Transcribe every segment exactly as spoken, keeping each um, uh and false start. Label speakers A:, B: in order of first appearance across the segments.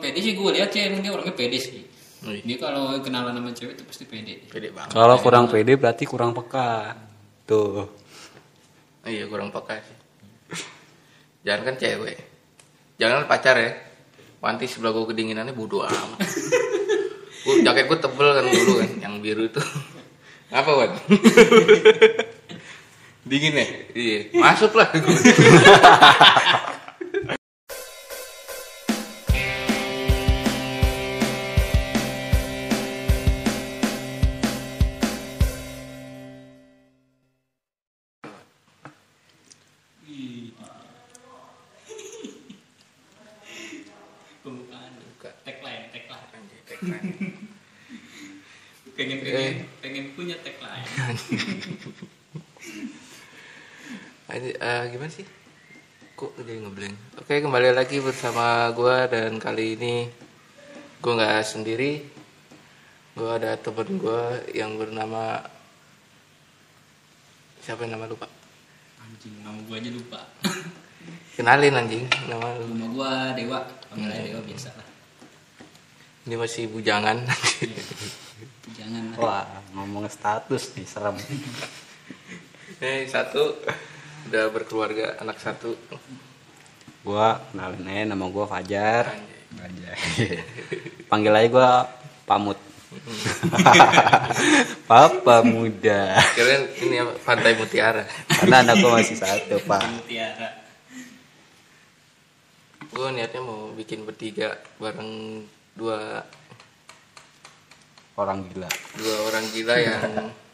A: pede sih gue lihat sih emang dia orangnya pede sih. Dia kalau kenalan sama cewek itu pasti pede.
B: Pede banget.
C: Kalau kurang pede berarti kurang peka. Tuh.
B: Oh, iya kurang peka sih. Jangan kan cewek. Jangan pacar ya. Panti sebelah gue kedinginannya bodo amat. Gue jaket gue tebel kan dulu kan, yang biru itu. Apa Wan? Dingin ya? Iya. Masuk lah.
A: Pembukaan. Tagline, tagline.
B: Tagline.
A: pengen pengen pengen punya tagline.
B: Ini uh, gimana sih? Kok jadi ngeblank? Oke, kembali lagi bersama gue dan kali ini gue nggak sendiri. Gue ada temen gue yang bernama siapa yang nama lupa?
A: Anjing, nama gue aja lupa.
B: Kenalin anjing, nama lu.
A: Nama gue Dewa, panggil aja Dewa biasa lah.
B: Ini masih bujangan.
A: Jangan lah.
C: Wah, ngomong status nih serem.
B: Eh, satu udah berkeluarga, anak satu.
C: Gua kenalin aja, nama gua Fajar.
B: Anjay.
C: Anjay. Panggil aja gua Pamut. Papa muda.
B: Kirain ini apa? Pantai Mutiara.
C: Karena anak gua masih satu, Pak.
A: Mutiara.
B: Gue niatnya mau bikin bertiga bareng dua
C: Orang gila.
B: dua orang gila yang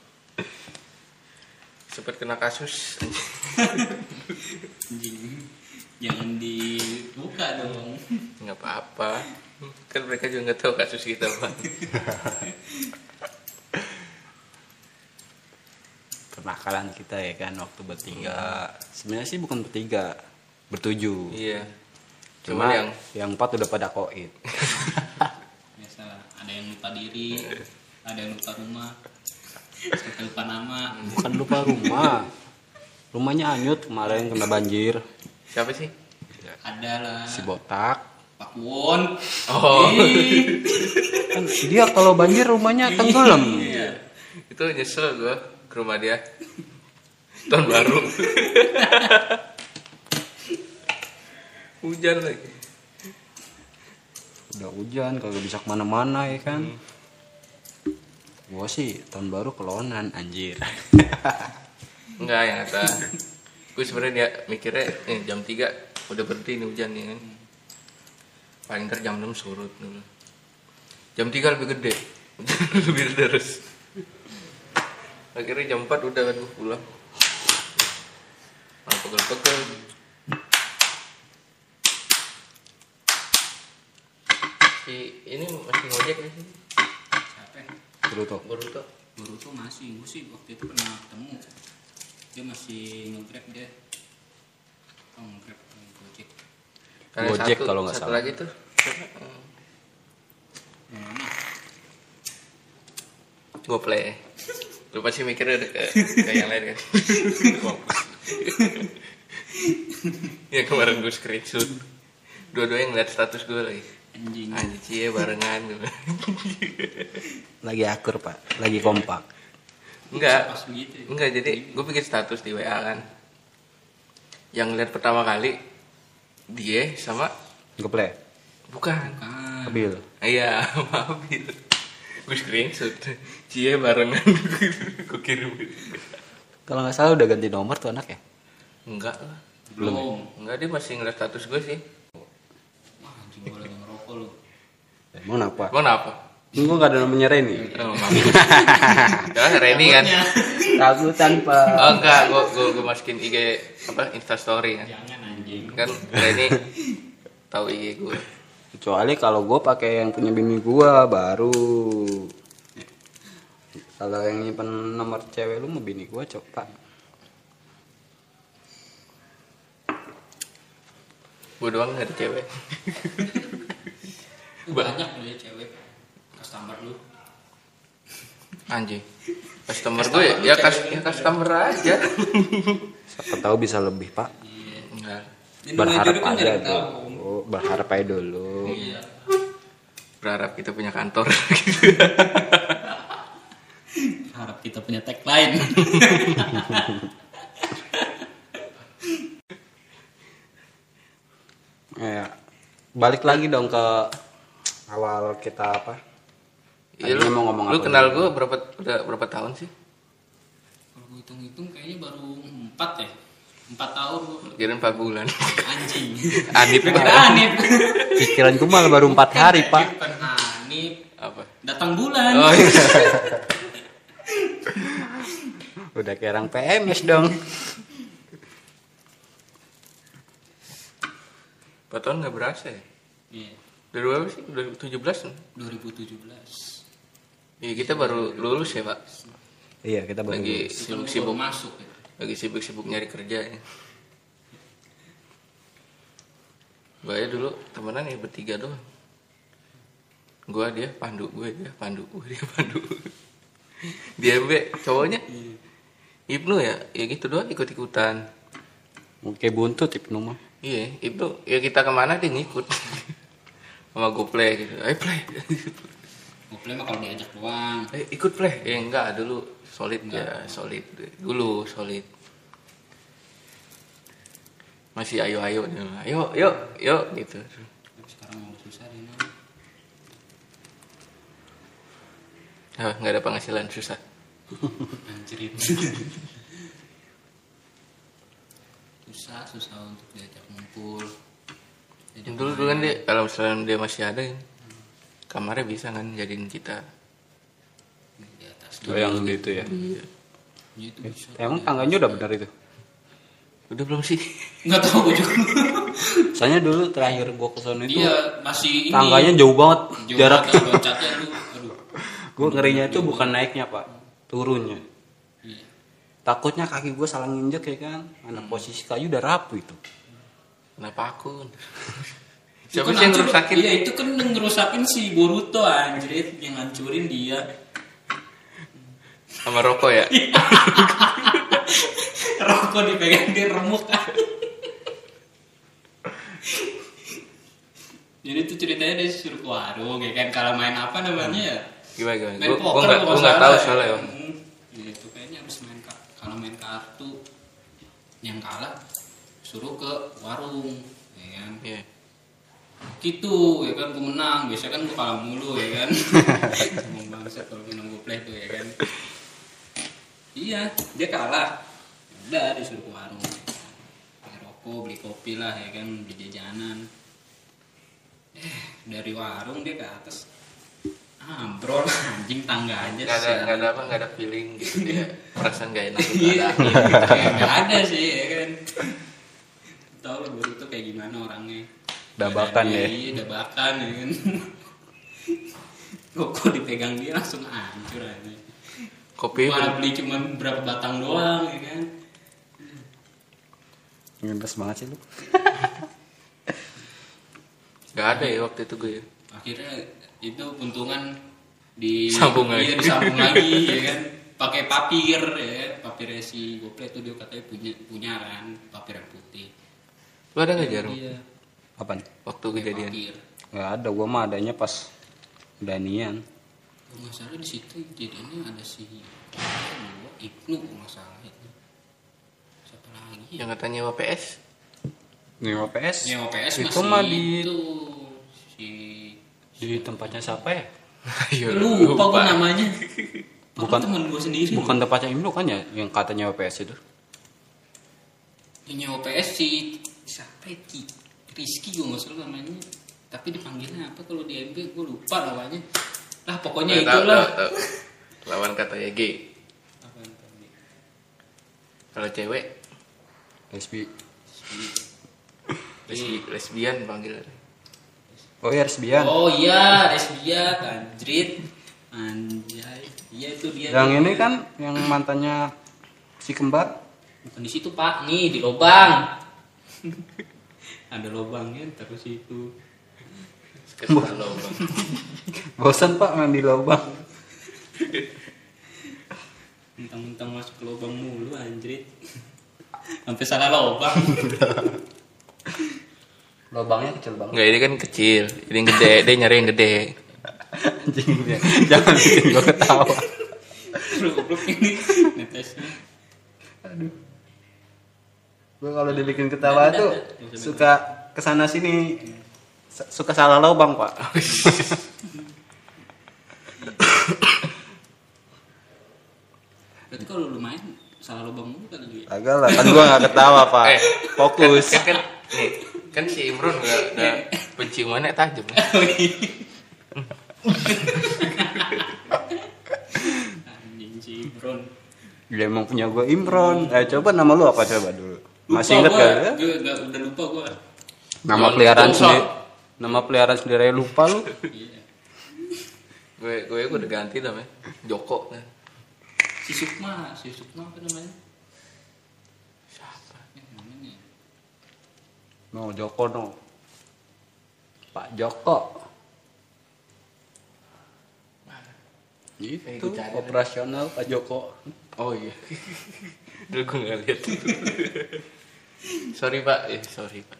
B: sempat kena kasus.
A: Anjing. Jangan dibuka dong.
B: Nggak apa-apa, kan mereka juga nggak tahu kasus kita Pak.
C: Kenakalan kita ya kan waktu bertiga. Sebenarnya sih bukan bertiga, bertujuh.
B: Iya.
C: Cuma,
B: Cuma yang
C: yang empat udah pada koit.
A: Biasalah, ada yang lupa diri, ada yang lupa rumah, ada lupa nama.
C: Bukan lupa rumah. Rumahnya anyut kemarin kena banjir.
B: siapa sih?
A: Ada lah.
C: Si botak.
A: Pak Won.
B: Oh.
C: Kan dia kalau banjir rumahnya tenggelam.
A: Iya.
B: Itu nyesel gue ke rumah dia tahun baru. Hujan lagi.
C: Udah hujan kagak bisa kemana-mana ya kan. Hmm. Gua sih tahun baru kelonan anjir.
B: Enggak, yang kata gue sebenarnya mikirnya eh, jam tiga udah berhenti nih hujan nih kan. Paling ntar jam enam surut dulu. Jam tiga lebih gede. Lebih terus. Akhirnya jam empat udah kan gue pulang. Nah, pegel-pegel. Si ini masih ngojek ya sih?
A: Siapa?
C: Beruto.
B: Boruto.
A: Boruto masih, gue sih waktu itu pernah ketemu. Dia masih nge-grab dia. Oh, nge-grab, nge-gojek.
B: Karena
C: Gojek
B: satu,
C: kalau nggak
B: satu
C: salah.
B: lagi tuh.
A: Mana?
B: Gue play. Lu pasti mikirnya udah ke, ke yang lain kan. Ya kemarin gue screenshot. Dua-duanya ngeliat status gue lagi.
A: Anjing.
B: Anjing cie barengan gitu.
C: Lagi akur pak, lagi kompak.
B: Enggak.
A: Pas begitu ya?
B: Enggak, jadi gue bikin status di W A kan. Yang lihat pertama kali dia sama
C: Ngeplay.
B: bukan.
A: Bukan.
C: Abil.
B: Iya, maaf gitu. Gue screenshot. Cie barengan gue kirim.
C: Kalau nggak salah udah ganti nomor tuh anak ya?
B: Enggak lah.
A: Belum.
B: Enggak, dia masih ngeliat status gue sih.
A: Wah, anjing gue lagi ngerokok lu.
C: Mau apa?
B: Emang apa?
C: Gue nggak ada namanya Reni.
B: Oh, maaf. Ya, Reni kan.
C: Takutan pak.
B: Oh enggak, gue gue gue masukin I G apa Insta Story kan.
A: Jangan anjing.
B: Kan Reni tahu I G gue.
C: Kecuali kalau gue pakai yang punya bini gue baru. Kalau yang nyimpen nomor cewek lu mau bini gue coba.
B: Gue doang nggak ada cewek.
A: Banyak lu ya cewek. Customer lu.
B: Anjing. Customer gue ya, ya, kas, ya customer aja.
C: Siapa tahu bisa lebih pak.
A: Iya.
B: Enggak.
A: Ini namanya
C: Berharap
A: jodoh kan
C: aja
A: nggak ada yang tahu.
C: dulu. Berharap aja dulu.
A: Iya.
B: berharap kita punya kantor.
A: Harap kita punya tagline.
C: Ya, balik lagi dong ke awal kita apa?
B: Iya,
C: Tadinya
B: lu,
C: mau ngomong
B: lu
C: apa
B: kenal
C: dulu?
B: gue berapa udah berapa tahun sih?
A: Kalau gue hitung-hitung kayaknya baru empat ya. Empat tahun gua.
B: Kirain empat bulan.
A: Anjing.
B: Anip
A: Gua kira Anip.
C: Pikiran gue malah baru empat hari pak.
A: Bukan Anip.
B: Apa?
A: Datang bulan.
B: Oh iya.
C: Udah kayak orang P M S dong.
B: Empat tahun nggak berasa ya?
A: Iya.
B: Dari berapa sih? dua ribu tujuh belas?
A: dua ribu tujuh belas.
B: Iya kita baru lulus ya pak.
C: Iya kita baru.
B: Lagi
A: Itu kan gua
B: sibuk-sibuk
A: baru masuk ya.
B: lagi sibuk-sibuk nyari kerja ya. Gue aja dulu temenan ya bertiga doang. Gue dia Pandu, gue dia Pandu, gue dia Pandu. Dia be cowoknya Ibnu ya, ya gitu doang ikut-ikutan.
C: Kayak buntut tip nomor.
B: Iya, Ibnu ya kita kemana dia ngikut. Sama gue play gitu, ayo play.
A: Gue play mah kalau diajak doang.
B: Eh ikut play, ya enggak dulu solid
A: Enggak.
B: ya solid dulu solid. Masih ayo-ayo dia, ayo yuk yuk gitu.
A: Tapi sekarang mau susah deh. Nah.
B: Nah, nggak ada penghasilan susah.
A: Anjirin. susah susah untuk diajak ngumpul. Diajak
B: Dulu dulu kan dia kalau misalnya dia masih ada kan, kamarnya bisa kan jadiin kita.
A: main di atas.
C: Oh yang gitu ya.
B: Iya.
A: Ya, itu bisa.
C: Emang tangganya udah benar itu?
B: Udah belum sih?
A: Nggak tahu gue juga.
C: Soalnya dulu terakhir gua ke sana itu
A: Iya masih ini.
C: tangganya jauh banget
A: Jauh
C: jaraknya.
A: banget loncatnya lu. Aduh.
C: Gue ngerinya itu bukan naiknya pak, turunnya.
A: Iya.
C: Takutnya kaki gue salah nginjek ya kan, mana posisi kayu udah rapuh itu.
B: Kenapa aku?
A: Itu
B: Siapa
A: kan
B: sih yang
A: hancur-
B: ngerusakin?
A: Iya itu kan ngerusakin si Boruto anjir yang ngancurin dia.
B: Sama rokok ya?
A: Rokok dipegang dia remuk. Jadi itu ceritanya dia suruh ke warung ya kan kalau main apa namanya ya?
B: Gimana gimana?
A: Main
B: Gue
A: poker
B: nggak
A: kalau
B: gue
A: nggak
B: nggak
A: salah
B: tahu
A: ya.
B: soalnya ya.
A: Hmm, gitu kayaknya harus main ka- kalau main kartu yang kalah suruh ke warung ya kan.
B: Iya.
A: Gitu ya kan gue menang biasa kan gue kalah mulu ya kan. Ngomong bangsa kalau menang gue play tuh ya kan. Iya dia kalah. Udah disuruh ke warung. Beli rokok beli kopi lah ya kan beli jajanan. Eh dari warung dia ke atas ambrol anjing tangga aja
B: Nggak ada nggak ada apa nggak ada feeling gitu dia perasaan nggak enak gitu
A: iya
B: ada.
A: kayak nggak ada sih ya kan tahu lo baru tuh kayak gimana orangnya
C: Dabakan
A: Badannya,
C: ya.
A: iya dabakan ya kan kok dipegang dia langsung hancur aja
B: Kopi
A: malah beli cuma berapa batang doang ya kan
C: Ngenes banget sih lu.
B: nggak ada ya waktu itu gue. Ya.
A: akhirnya itu untungan di
B: Sambung
A: iya,
B: lagi.
A: disambung lagi ya kan pakai papir ya kan papir si GoPlay itu dia katanya punya punya kan papir yang putih.
B: Lu ada nggak jarum?
A: Iya.
C: Apaan?
B: Waktu
A: Pakai
B: kejadian.
A: papir.
C: Gak ada, gua mah adanya pas udah nian.
A: Kalau nggak salah di situ kejadiannya ada si dua Ibnu kalau nggak salah itu. Siapa lagi?
B: Yang katanya W P S.
C: Nyewa P S.
A: Nyewa P S
C: itu
A: masih
C: mah di
A: itu si
C: di tempatnya siapa ya?
B: Ayo,
A: lupa gue namanya.
C: Bukan-
A: Bukan teman gue sendiri.
C: Bukan tempatnya Imlo kan ya yang katanya W P S itu.
A: Yang nyewa P S si siapa ya? Ki Rizky gue nggak salah namanya. Tapi dipanggilnya apa kalau di M B gue lupa namanya. Lah pokoknya
B: Tahu,
A: itulah.
B: tahu, tahu. Lawan katanya G.
A: Apaan tadi?
B: Kalau cewek
C: Lesbi.
B: lesbi, lesbian panggil.
C: Oh iya lesbian.
A: Oh iya, Resbia, Kanjrit, Anjay, iya itu dia.
C: Yang
A: dia.
C: ini kan yang mantannya si kembar.
A: Bukan di situ Pak, nih di lobang. Ada lobangnya terus itu.
B: Kesal lo bang.
C: Bosan pak main di lubang.
A: Mentang-mentang masuk ke lobang mulu anjrit. Sampai salah lobang.
C: Lubangnya kecil banget.
B: Enggak ini kan kecil, ini yang gede, dia nyari yang gede.
C: Anjing dia. Jangan bikin gue ketawa.
A: Goblok ini netesnya.
C: Gue kalau dibikin ketawa tuh suka kesana sini, suka salah lubang pak.
A: Berarti kalau lu main salah lubang mulu kan lu ya?
C: Agak lah, kan gue nggak ketawa pak.
B: Eh,
C: Fokus.
B: Kan, kan, nih, kan si Imron udah, udah penciumannya tajam.
A: Anjing si Bron.
C: Dia emang punya gue Imron. Eh coba nama lu apa coba dulu? Masih inget
A: gua,
C: gak ya?
A: Gue udah, udah lupa gue.
C: Nama
B: John
C: peliharaan
B: Johnson.
C: sendiri. Nama peliharaan sendiri aja lupa lu.
A: Iya.
B: gue gue gue udah ganti namanya Joko.
A: Si Sukma, si Sukma apa namanya?
B: Siapa?
A: Eh, namanya.
C: No Joko no. Pak Joko.
B: Eh,
C: Itu
B: gua cari
C: operasional Pak Joko.
B: Oh iya. Dulu gue nggak lihat. Sorry pak, eh sorry pak.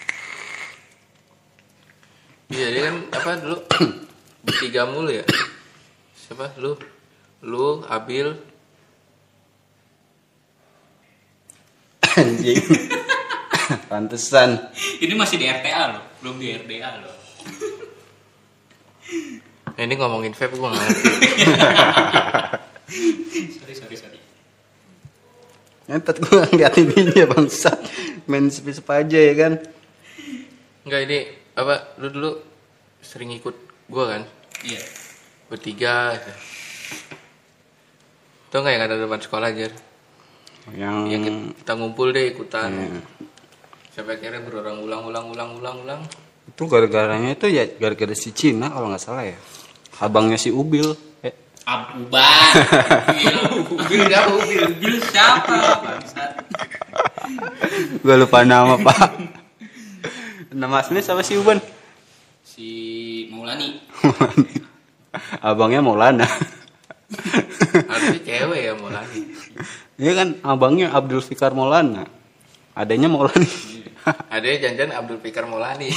B: Iya dia kan apa dulu bertiga mulu ya. Siapa lu? Lu, Abil.
C: Anjing. Pantesan.
A: Ini masih di R T A loh, belum di R D A loh.
B: Nah, ini ngomongin vape gue nggak ngerti.
A: sorry, sorry, sorry.
C: Ngentot gue ngeliat ininya bangsat. Main sepi-sepi aja ya kan.
B: Enggak ini apa? Lu dulu sering ikut gue kan?
A: Iya.
B: Bertiga. Gitu. Tau nggak yang ada depan sekolah aja?
C: Yang
B: Yang kita ngumpul deh ikutan.
C: Iya.
B: Sampai akhirnya berulang ulang ulang ulang ulang ulang.
C: Itu gara-garanya itu ya gara-gara si Cina kalau nggak salah ya. Abangnya si Ubil. Eh,
A: Abuban. Ubil, Ubil enggak Ubil. Ubil siapa? Bangsat.
C: gue lupa nama pak. Nama aslinya siapa sih Uban?
A: Si Maulani.
C: Abangnya Maulana.
B: Harusnya cewek ya mau lagi.
C: Iya kan abangnya Abdul Fikar Maulana. Adanya Maulani.
B: Adanya janjian Abdul Fikar Maulani.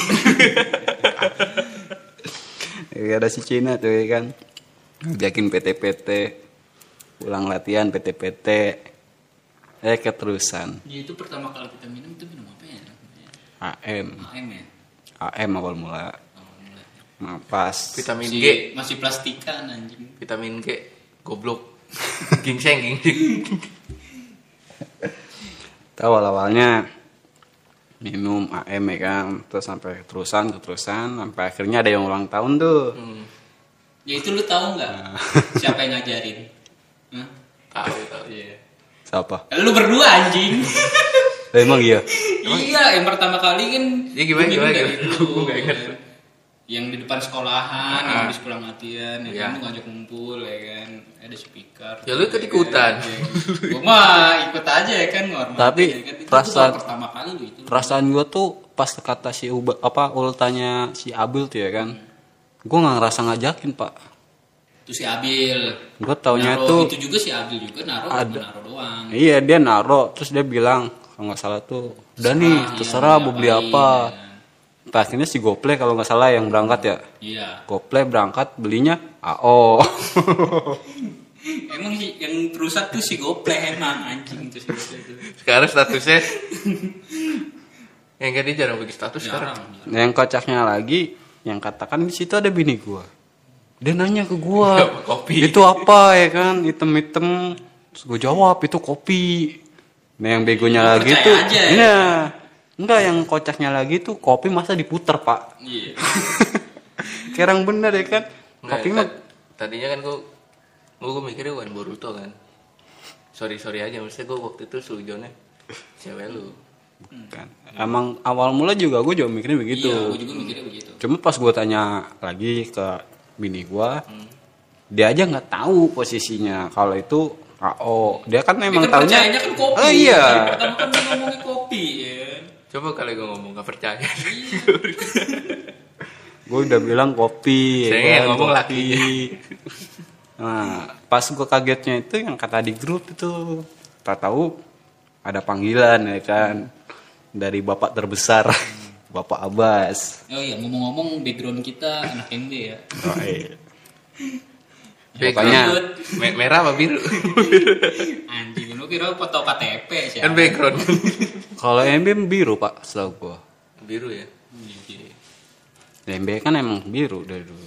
C: Ya, ada si Cina tuh ya kan. Ngajakin P T P T. Pulang latihan P T P T. Eh keterusan.
A: Ya, itu pertama kali kita minum itu minum apa ya?
C: A M.
A: A M ya?
C: A M awal mula.
A: Oh, mulai.
C: Nah, pas.
B: Vitamin
A: Si-
B: G.
A: Masih plastikan anjing.
B: Vitamin G. Goblok. Gingseng gingseng.
C: Tahu awal-awalnya minum A M ya kan. Terus sampai keterusan, keterusan. Sampai akhirnya ada yang ulang tahun tuh.
B: Hmm.
A: Ya itu lu tahu nggak? Siapa yang ngajarin? Hah?
B: Tahu tahu.
A: Iya.
C: Siapa?
A: Lu berdua anjing.
C: Lah, emang iya?
A: Iya, yang pertama kali kan.
B: Ya, gimana,
A: gua minum
B: gimana,
A: dari
B: gimana?
A: lu,
B: Gua nggak ingat.
A: ya kan. Yang di depan sekolahan, yang
B: Ah.
A: habis pulang latihan, ya
B: Iya.
A: kan, lu ngajak ngumpul, ya kan, ada speaker.
B: Ya, lu ikut ikutan.
A: Gue mah ikut aja ya kan, ngormatin,
C: Tapi
A: ya kan. Itu
C: perasaan-
A: baru pertama kali lu itu.
C: Perasaan gue tuh pas kata si Uba, apa ultanya si Abil tuh ya kan. Gue nggak ngerasa ngajakin pak.
A: Itu si Abil.
C: Gue taunya
A: Naro,
C: tuh.
A: itu juga si Abil juga naro,
C: Ada.
A: cuma naro doang.
C: Iya dia naro. Terus dia bilang kalau nggak salah tuh. Udah nih
A: iya,
C: terserah mau beli
A: diapain,
C: apa.
A: ya kan.
C: Nah, akhirnya si Gople kalau nggak salah yang berangkat ya.
A: Iya.
C: Gople berangkat belinya A O.
A: Emang sih yang rusak tuh si Gople emang anjing itu si Gople itu.
B: Sekarang statusnya. Yang kan dia jarang bagi status sekarang.
A: Jarang.
C: Nah, yang kocaknya lagi, yang katakan di situ ada bini gua. Dia nanya ke gua,
B: Kopi.
C: itu apa ya kan, item-item. Terus gua jawab itu kopi. Nah yang begonya
A: Lu
C: lagi
A: percaya
C: tuh,
A: aja ya?
C: nah, enggak yang kocaknya lagi tuh kopi masa diputer pak.
A: Iya.
C: Kerang bener ya kan,
B: Nggak,
C: kopi mah.
B: ta- tadinya kan gue gue mikirnya bukan Boruto kan. Sorry sorry aja, maksudnya gue waktu itu sujonnya cewek lu.
C: Kan. Emang awal mula juga gue juga mikirnya begitu.
A: Iya, gue juga mikirnya begitu.
C: Cuma pas gue tanya lagi ke bini gue, dia aja nggak tahu posisinya kalau itu A O. Dia kan
A: Dia
C: emang
A: kan
C: tahunya.
A: percayanya kan kopi.
C: Oh iya.
A: Pertama kan dia ngomongnya kopi ya.
B: Coba kali gue ngomong gak percaya.
C: Gue udah bilang kopi.
B: Saya
C: ya
B: yang
C: kan,
B: ngomong
C: kopi.
B: lakinya.
C: Nah, pas gue kagetnya itu yang kata di grup itu, tak tahu ada panggilan ya kan dari bapak terbesar. Bapak Abbas.
A: Oh iya, ngomong-ngomong background kita anak M B ya.
C: Oh, iya.
B: Background.
C: Pokoknya
B: Me- merah apa biru?
A: Anjing, lu kira foto K T P sih.
B: Kan background.
C: kalau M B biru pak, setahu gua.
B: Biru ya.
C: M B kan emang biru dari dulu.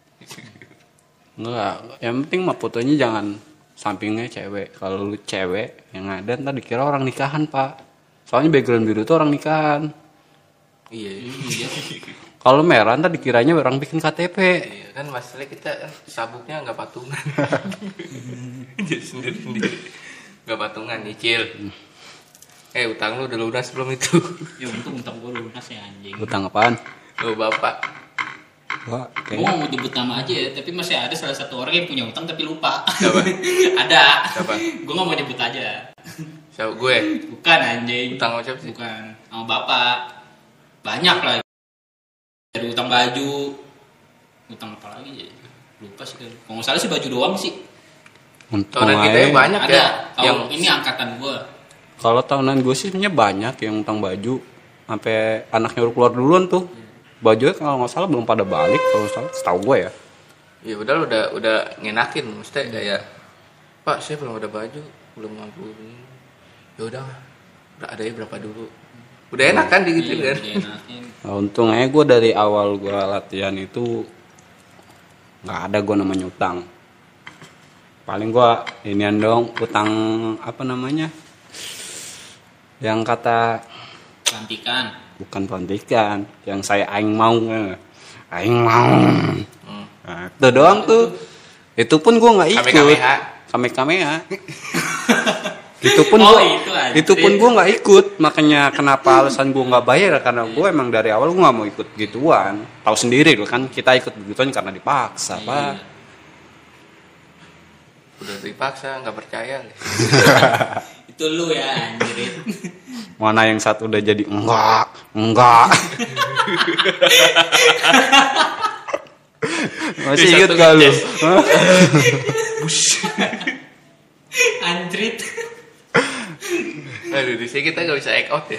C: Enggak, yang penting mah fotonya jangan sampingnya cewek. Kalau lu cewek yang ada ntar dikira orang nikahan pak. Soalnya background biru tuh orang nikahan.
B: Iya.
A: Iya.
C: Kalau merah ntar dikiranya orang bikin K T P.
B: Iya kan masalahnya kita kan sabuknya nggak patungan. Jadi sendiri-sendiri. Nggak patungan nyicil. Eh utang lu udah lunas belum itu?
A: Ya untung utang gua lunas ya anjing.
C: Utang apaan?
B: Lu bapak.
C: Wah,
A: Gue
C: kayaknya
A: mau nyebut nama aja ya, tapi masih ada salah satu orang yang punya utang tapi lupa.
B: Siapa?
A: Ada.
B: Siapa?
A: Gue gak mau nyebut aja.
B: Siapa gue?
A: Bukan anjing.
B: Utang sama siapa sih?
A: Bukan. Sama bapak. Banyak lah. Dari utang baju. Utang apa lagi ya? Lupa sih kan. Kalau nggak salah sih baju doang sih.
C: untung
B: Tahunan kita
C: aja.
B: yang banyak
A: Ada.
B: ya.
A: Kalau
B: Yang
A: ini angkatan gue.
C: Kalau tahunan gue sih sebenarnya banyak yang utang baju. Sampai anaknya udah keluar duluan tuh. Bajunya kalau nggak salah belum pada balik kalau salah, setahu gue ya.
B: ya udah udah udah ngenakin mesti kayak Pak saya belum ada baju belum mampu ya udah udah ada ya berapa dulu udah enak kan gitu
A: Iya,
B: kan
A: dienakin.
C: Nah, untung aja gue dari awal gue latihan itu nggak ada gue namanya utang. Paling gue inian dong utang apa namanya? Yang kata
A: Pelantikan.
C: bukan pelantikan, yang saya aing mau, eh. aing mau.
B: hmm.
C: Nah, itu doang tuh. Itu pun gue nggak ikut.
B: Kamehameha.
C: Kamehameha. itu pun
A: Oh,
C: gua,
A: itu anjir.
C: itu pun gue nggak ikut. Makanya kenapa alasan gue nggak bayar karena gue emang dari awal gue nggak mau ikut gituan. Tahu sendiri loh kan kita ikut begituan karena dipaksa
A: Iya.
C: pak.
B: udah dipaksa nggak percaya
A: Itu lu ya anjir.
C: Mana yang satu udah jadi enggak, enggak. Masih
B: Yang
C: inget
B: satu
C: gak lu?
B: ngeces.
C: Hah?
A: Anjrit.
B: aduh di sini kita nggak bisa act out ya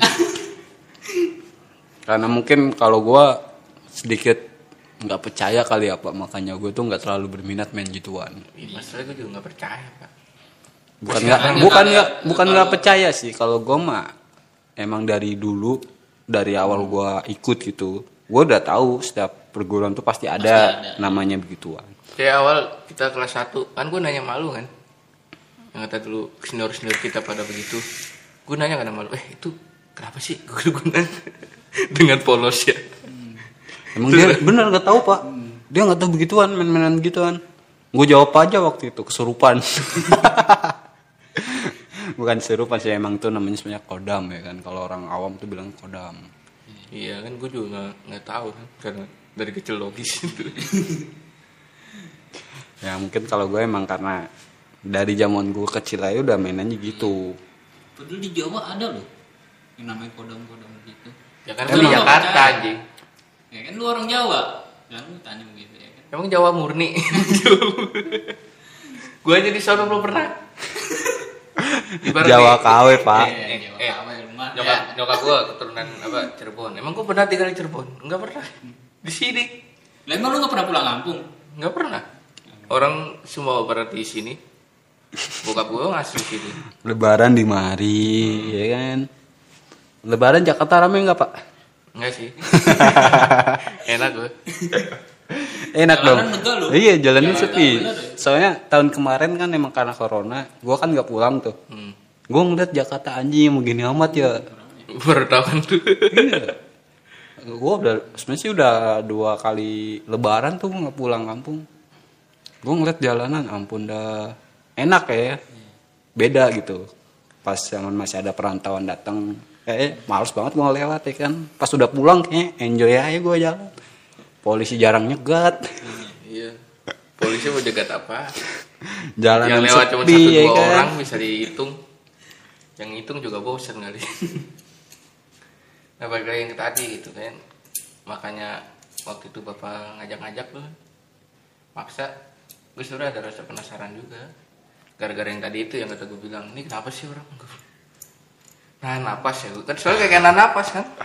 C: Karena mungkin kalau gue sedikit nggak percaya kali ya pak, makanya gue tuh nggak terlalu berminat main gituan.
B: Ih, masalahnya gue juga nggak percaya pak
C: Bukan
B: Sekarang
C: nggak,
B: ya,
C: bukan
A: kalau-
C: nggak, bukan nggak
A: kalau-
C: percaya sih. Kalau gue mah emang dari dulu, dari awal gue ikut gitu, gue udah tahu setiap perguruan tuh pasti ada,
A: Pasti ada.
C: namanya begituan.
B: kayak awal kita kelas satu kan gue nanya malu kan yang kata dulu senior senior kita pada begitu gue nanya kan malu eh itu kenapa sih gue gue nanya dengan polos ya
C: Emang dia bener nggak tahu pak, dia nggak tahu begituan, main-mainan gituan. Gue jawab aja waktu itu kesurupan. Bukan kesurupan sih, emang tuh namanya sebenarnya kodam ya kan. Kalau orang awam tuh bilang kodam.
B: iya kan gue juga nggak nggak tahu kan karena dari kecil logis itu
C: Ya mungkin kalau gue emang karena dari zaman gue kecil aja udah mainannya gitu.
A: Padahal di Jawa ada loh yang namanya kodam-kodam gitu.
B: ya kan
A: Emang
B: gue di
A: nggak
B: Jakarta
A: percaya?
B: anjing
A: Ya kan lu orang Jawa. Kan lu tanya begitu ya kan.
B: emang Jawa murni gue aja di sana belum pernah Ibarat
C: Jawa
B: nih,
C: K W pak.
A: Eh, Jawa
B: eh,
A: Kawe rumah.
B: nyokap
A: Ya.
B: nyokap gue keturunan apa Cirebon emang gue pernah tinggal di Cirebon nggak pernah di sini
A: Lah emang lu enggak pernah pulang kampung?
B: nggak pernah orang semua barat di sini bokap gue ngasih sini
C: Lebaran di mari, ya kan. Lebaran Jakarta rame nggak pak?
B: enggak sih enak gue
C: Enak dong.
A: Jalanan lega loh.
C: Iya jalannya
A: Jakarta
C: sepi.
A: bener ya.
C: Soalnya tahun kemarin kan emang karena corona, gue kan nggak pulang tuh.
B: hmm.
C: Gue ngeliat Jakarta anjing mau gini amat ya.
B: baru tahu kan tuh
C: Iya. Gue udah sebenarnya sih udah dua kali Lebaran tuh nggak pulang kampung. Gue ngeliat jalanan, ampun dah enak ya, beda gitu. Pas zaman masih ada perantauan datang, eh males banget gue lewat ya kan. Pas udah pulang kayaknya enjoy aja gue jalan. Polisi jarang nyegat,
B: iya polisi mau jegat apa
C: jalanan
B: yang lewat cuma
C: sepi
B: satu
C: ya
B: dua
C: kan.
B: orang bisa dihitung yang hitung juga bosan kali nah balik lagi yang tadi gitu kan makanya waktu itu bapak ngajak-ngajak tuh maksa gue sebenarnya ada rasa penasaran juga gara-gara yang tadi itu yang kata gue bilang ini kenapa sih orang nah napas ya kan soalnya kayak nahan napas kan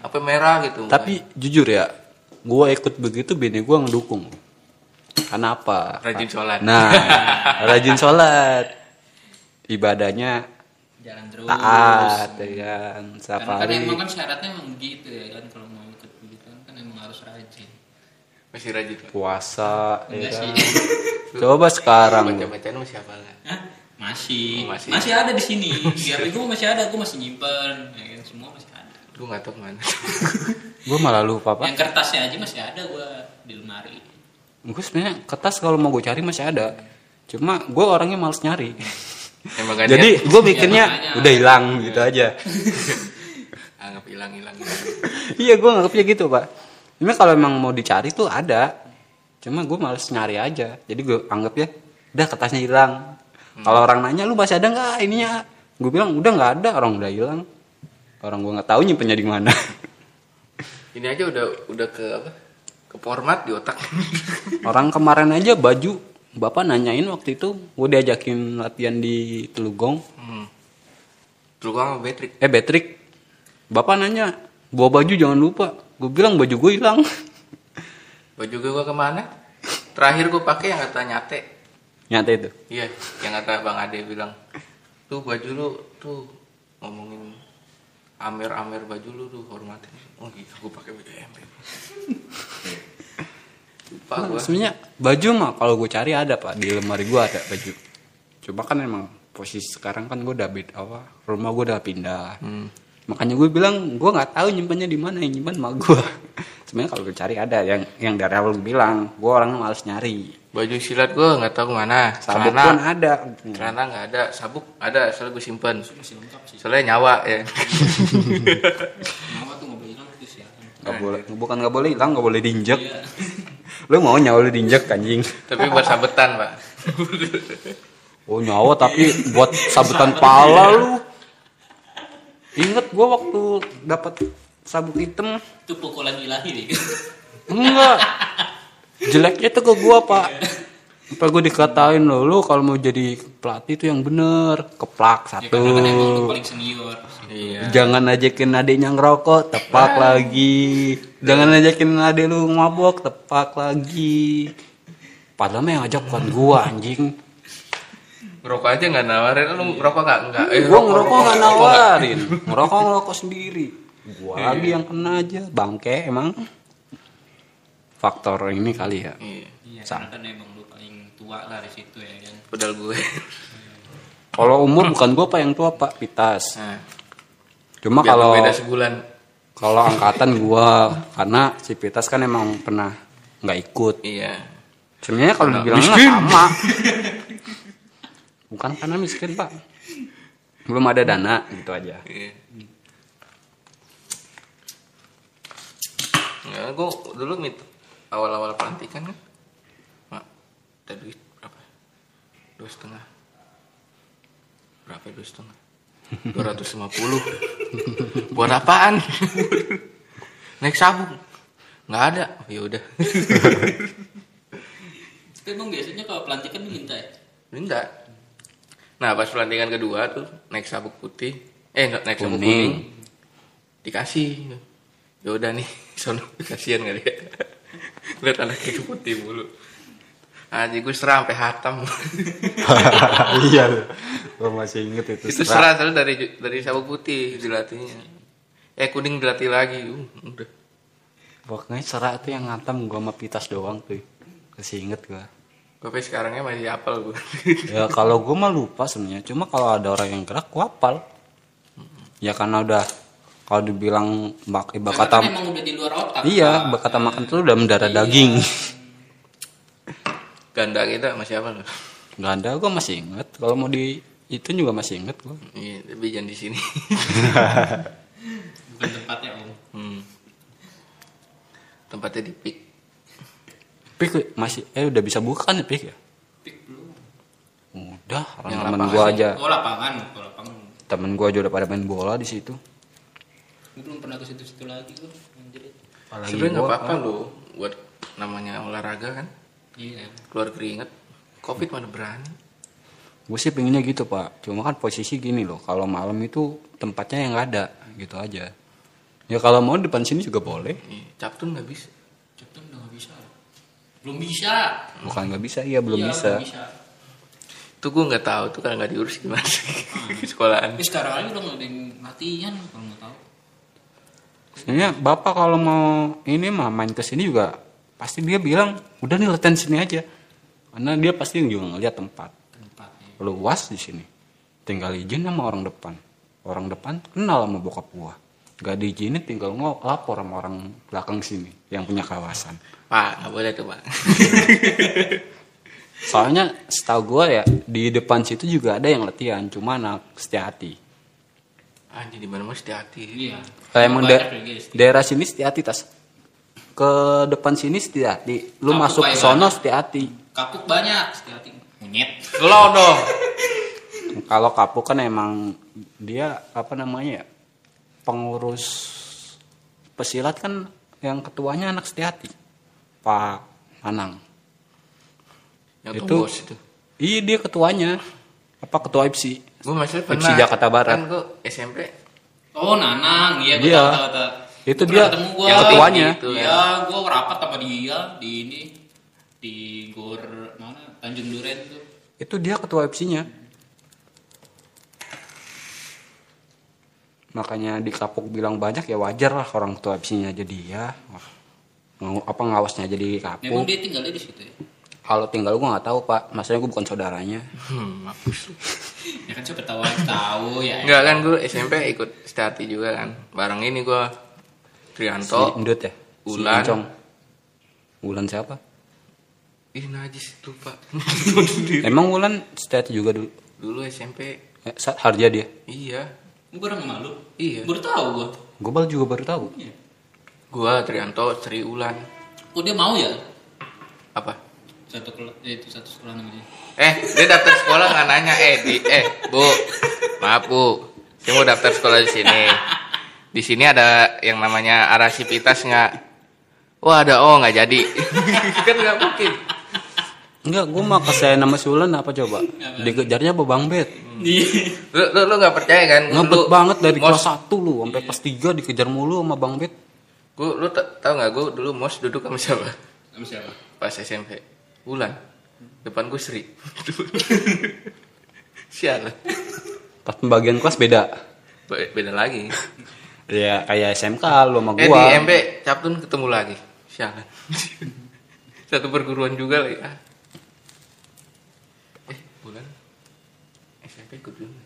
B: apa merah gitu.
C: Tapi jujur ya, gue ikut begitu bini gue ngedukung. Karena apa?
B: Rajin sholat.
C: Nah, rajin sholat. Ibadahnya
A: Jalan terus.
C: taat, ya kan. Setiap
A: Karena kan
C: hari.
A: emang kan syaratnya emang gitu ya kan, kalau mau ikut begitu kan emang harus rajin.
B: Masih rajin.
C: Puasa, ya
A: Enggak
C: kan.
A: sih.
C: Coba sekarang.
B: Baca-bacaan masih apa lah?
A: Hah? Masih.
B: Oh, masih.
A: masih. ada di sini. Di H P gue masih ada, gue masih nyimpen. Ya kan, semua masih ada.
B: Gue nggak tahu mana.
C: Gue malah lupa pak.
A: Yang kertasnya aja masih ada gue di lemari.
C: Gue sebenarnya kertas kalau mau gue cari masih ada. Cuma gue orangnya males nyari.
B: Emang gak
C: Jadi gue mikirnya
A: Ya, makanya.
C: udah hilang gitu aja.
B: anggap hilang-hilang.
C: Iya gue nganggapnya gitu pak. Cuma kalau emang mau dicari tuh ada. Cuma gue males nyari aja. Jadi gue anggap ya, udah kertasnya hilang. Hmm. Kalau orang nanya lu masih ada nggak ininya? Gue bilang udah nggak ada, orang udah hilang. Orang gue nggak tahu nyimpennya di mana.
B: Ini aja udah udah ke apa? Ke format di otak.
C: Orang kemarin aja baju, bapak nanyain waktu itu, gue diajakin latihan di Telugong.
B: Hmm. Dulu gua sama Patrick.
C: Eh Patrick, bapak nanya, bawa baju jangan lupa. Gue bilang baju gue hilang.
B: Baju gue kemana? Terakhir gue pakai yang kata nyate.
C: Nyata itu.
B: Iya, yang kata Bang Ade bilang, tuh baju lu tuh ngomongin amer-amer baju lu tuh hormatin. Oh gitu, gue pakai baju M P. Lupa
C: Nah,
B: gue.
C: sebenarnya baju mah kalau gue cari ada pak, di lemari gue ada baju. Coba kan emang posisi sekarang kan gue udah beda apa, rumah gue udah pindah.
B: Hmm.
C: Makanya gue bilang gue nggak tahu nyimpannya di mana, yang nyimpan mak gue. Sebenarnya kalau gue cari ada, yang yang dari awal gue bilang, gue orangnya males nyari.
B: Baju silat gue nggak tahu kemana.
C: Sabuk
B: Celana,
C: pun ada.
B: celana nggak ada, sabuk ada, soalnya gue simpen.
A: Masih lengkap sih.
B: Soalnya nyawa ya.
A: Kenapa tuh nggak boleh hilang terus ya?
C: Nggak boleh, bukan nggak boleh hilang, nggak boleh diinjek.
A: Iya.
C: Lu mau nyawa lu diinjek anjing?
B: Tapi buat sabetan pak.
C: Oh nyawa tapi buat sabetan pala lu. Ingat gue waktu dapat sabuk hitam,
A: Itu pukulan ilahi deh.
C: enggak. Jeleknya tuh ke gue pak. Apa gue dikatain lo, lu kalau mau jadi pelatih tuh yang bener, keplak
A: Ya
C: satu.
A: karena kan emang lu paling senior.
B: Iya.
C: Jangan ajakin adiknya ngerokok, tepak lagi. Jangan ajakin adik lu mabok, tepak lagi. Padahal mah yang ngajak bukan gua anjing.
B: Ngerokok aja nggak nawarin, lu ngerokok nggak? Enggak. Eh,
C: Gua ngerokok nggak nawarin, ngerokok ngerokok sendiri. Gua lagi yang kena aja, bangke emang. Faktor ini kali ya.
B: Iya.
A: Iya, karena kan emang lu paling tua lah di situ ya kan.
B: Pedal gue.
C: Kalau umur bukan gua pak yang tua pak, Pitas.
B: Nah,
C: Cuma
B: biar
C: kalau
B: beda sebulan.
C: kalau angkatan gua, karena si Pitas kan emang pernah nggak ikut.
B: Iya.
C: Sebenarnya kalau
B: Karena
C: dibilang mah
B: miskin.
C: sama. Bukan karena miskin pak, belum ada dana gitu aja.
B: Iya. Ya, gue dulu mit awal-awal pelantikan kan, mak, ada duit berapa? Dua setengah. Berapa dua setengah? Dua ratus lima puluh. Buat apaan? Naik sabuk? Nggak ada. Oh, ya udah.
A: Tapi emang biasanya kalau pelantikan lu minta ya?
B: Enggak. Nah pas pelantikan kedua tuh naik sabuk putih, eh naik sabuk
C: Kuning.
B: kuning, dikasih. Ya udah nih, sono kasihan kali ya. Lihat anaknya putih mulu. Aja gue serah sampai hatam.
C: Iya, gue masih inget itu.
B: Itu serah soalnya dari dari sabuk putih dilatihnya. Eh kuning dilatih lagi, uh, udah.
C: Pokoknya serak tuh yang ngatam gue sama Pitas doang tuh. Masih inget gue.
B: Tapi sekarangnya masih hafal gue.
C: Ya kalau gue mah lupa sebenarnya. Cuma kalau ada orang yang gerak, gue hafal. Ya karena udah, kalau dibilang bak, ibarat
A: Karena
C: kata,
A: kan emang udah di luar otak.
C: iya,
A: Pak.
C: ibarat kata makan tuh udah mendarah daging.
B: Ganda kita masih hafal loh.
C: Gak ada, gue masih inget. Kalau mau di itu juga masih inget gue.
B: Iya, tapi jangan di sini.
A: Bukan tempatnya om.
B: Hmm. Tempatnya di pik.
C: Pik masih, eh udah bisa buka kan ya Pik ya?
A: Pik belum.
C: Udah,
B: Yang
C: temen
B: lapangan
C: gue
B: sih.
C: aja.
A: Oh lapangan, oh, lapangan.
C: Temen gue aja udah pada main bola di situ.
A: Gue belum pernah ke situ-situ lagi gue. Anjir.
B: Sebenarnya nggak apa-apa loh buat namanya olahraga kan.
A: Iya.
B: Keluar keringat. Covid mana berani.
C: Gue sih pengennya gitu pak. Cuma kan posisi gini loh. Kalau malam itu tempatnya yang nggak ada, gitu aja. Ya kalau mau depan sini juga boleh.
B: Iya, Captun nggak bisa.
A: Captain udah nggak bisa. Belum bisa.
C: Bukan nggak bisa, iya belum
A: Iya,
C: bisa.
A: belum bisa.
B: Tuh gue nggak tahu tuh kalau nggak diurus gimana sekolahan.
A: Tapi sekarang aja udah nggak ada yang latihan kalau mau tahu.
C: Sebenarnya bapak kalau mau ini mah main ke sini juga pasti dia bilang udah nih latihan sini aja. Karena dia pasti juga ngeliat tempat
A: Tempatnya.
C: luas di sini. Tinggal izin sama orang depan. Orang depan kenal sama bokap gua. Gak diizinin tinggal ngelapor sama orang belakang sini yang punya kawasan.
B: Pak, nggak boleh tuh pak.
C: Soalnya setahu gua ya di depan situ juga ada yang latihan, cuma anak Setiati.
B: Anjir di mana mas hati-hati.
A: Iya.
C: Kayak emang
A: Banyak
C: da-
A: ya, guys.
C: daerah sini Setiati tas. Ke depan sini Setiati. Lu
A: Kapuk
C: masuk ke
A: kayak
C: sono
A: banyak.
C: Setiati.
A: Kapuk banyak, hati-hati. Monyet.
B: Lo dong.
C: Kalau kapuk kan emang dia apa namanya ya? Pengurus pesilat kan yang ketuanya anak Setiati. Pak Anang.
B: Yang
C: Itu-
B: itu bos itu.
C: Iya dia ketuanya. Apa ketua I P S I?
B: Gue masih
C: I P S
B: pernah.
C: I Jakarta Barat.
B: Kan gue S M P.
A: Oh, Nanang. Iya, gue
C: Dia.
A: tahu, tahu, tahu.
C: Itu
A: Gua
C: dia
A: pernah ketemu gua.
C: yang ketuanya.
B: Gitu,
A: Iya, gue rapat sama dia di ini di Gor mana Tanjung Duren tuh.
C: Itu dia ketua I P S I-nya. Makanya di Kapuk bilang banyak ya wajar lah orang ketua I P S I-nya jadi ya. Wah, ng- apa ngawasnya jadi
A: Memang
C: Kapuk.
A: dia tinggalnya di situ ya.
C: Kalau tinggal gua nggak tahu pak, maksudnya gua bukan saudaranya.
B: Hmm, mampus.
A: Ya kan siapa tahu tahu ya.
B: Enggak kan gue S M P ikut stati juga kan. Bareng ini gue
C: Si
B: Trianto.
C: Endut ya. Si
B: Ulan.
C: Encong. Ulan siapa?
B: Ih najis lupa.
C: Emang Ulan setiati juga dulu.
B: Dulu S M P.
C: Eh, Sa- Harja dia.
B: Iya.
A: Gue bareng sama lu.
B: Iya.
A: Baru tahu gue.
C: Gue baru juga baru tahu.
B: Gua Trianto, Tri Ulan.
A: Oh, dia mau ya?
B: Apa?
A: Satu kelas, eh, itu satu sekolah namanya.
B: Eh, dia daftar sekolah nggak nanya, eh, di, eh, bu, maaf bu, saya mau daftar sekolah di sini. Di sini ada yang namanya arasipitas nggak? Wah ada, oh nggak jadi. Kan nggak mungkin.
C: Enggak, gue mah kesayang nama si Ulan apa coba? Dikejarnya Bang Bet.
A: Iya.
B: Lu, lu, lu nggak percaya kan? Gua
C: Ngebet
B: dulu
C: banget dari
B: mos,
C: kelas satu lu sampai kelas tiga dikejar mulu sama Bang Bet.
B: Gua, lu ta- tau nggak? Gue dulu mos duduk sama siapa?
A: Sama siapa?
B: Pas S M P. Ulan. Depan gue Sri. Sialan.
C: Pas pembagian kelas beda.
B: Be- Beda lagi.
C: Ya kayak S M K lu sama
B: Eh di
C: gua.
B: M P Captun ketemu lagi. Sialan. Satu perguruan juga lagi. Ah. Eh, bulan S M P ikut dulu.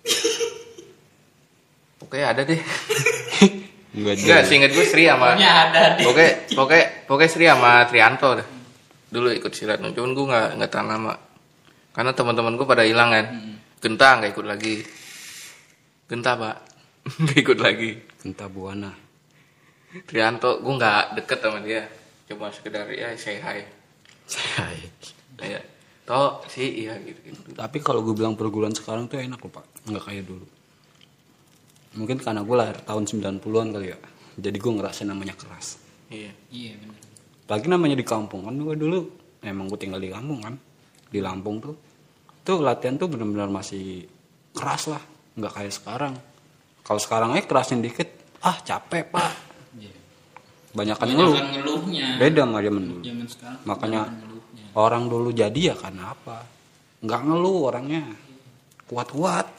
B: Oke, ada deh.
C: Enggak
B: Enggak, seinget gue Sri sama
A: Pokoknya ada deh.
B: Oke, oke, oke Sri sama Trianto dah. Dulu ikut silat, cuman gue nggak nggak tahan lama. Karena teman-teman gue pada hilang kan. Genta nggak ikut lagi. Genta pak, nggak ikut lagi.
C: Genta Buana.
B: Trianto, gue nggak deket sama dia. Cuma sekedar ya say hi.
C: Hai.
B: Kayak, toh sih iya gitu. gitu.
C: Tapi kalau gue bilang perguruan sekarang tuh enak loh pak, nggak kayak dulu. Mungkin karena gue lahir tahun sembilan puluhan kali ya, jadi gue ngerasain namanya keras.
B: Iya.
A: Iya benar.
C: Lagi namanya di kampung kan, gue dulu emang gue tinggal di kampung kan, di Lampung tuh, tuh latihan tuh benar-benar masih keras lah, nggak kayak sekarang. Kalau sekarang aja kerasin dikit, ah capek pak,
A: Iya.
C: banyakan
A: Banyak
C: ngeluh.
A: kan ngeluhnya.
C: Beda sama zaman dulu.
A: Zaman sekarang.
C: Makanya
A: banyak ngeluhnya.
C: orang dulu jadi ya karena apa? Nggak ngeluh orangnya, kuat-kuat.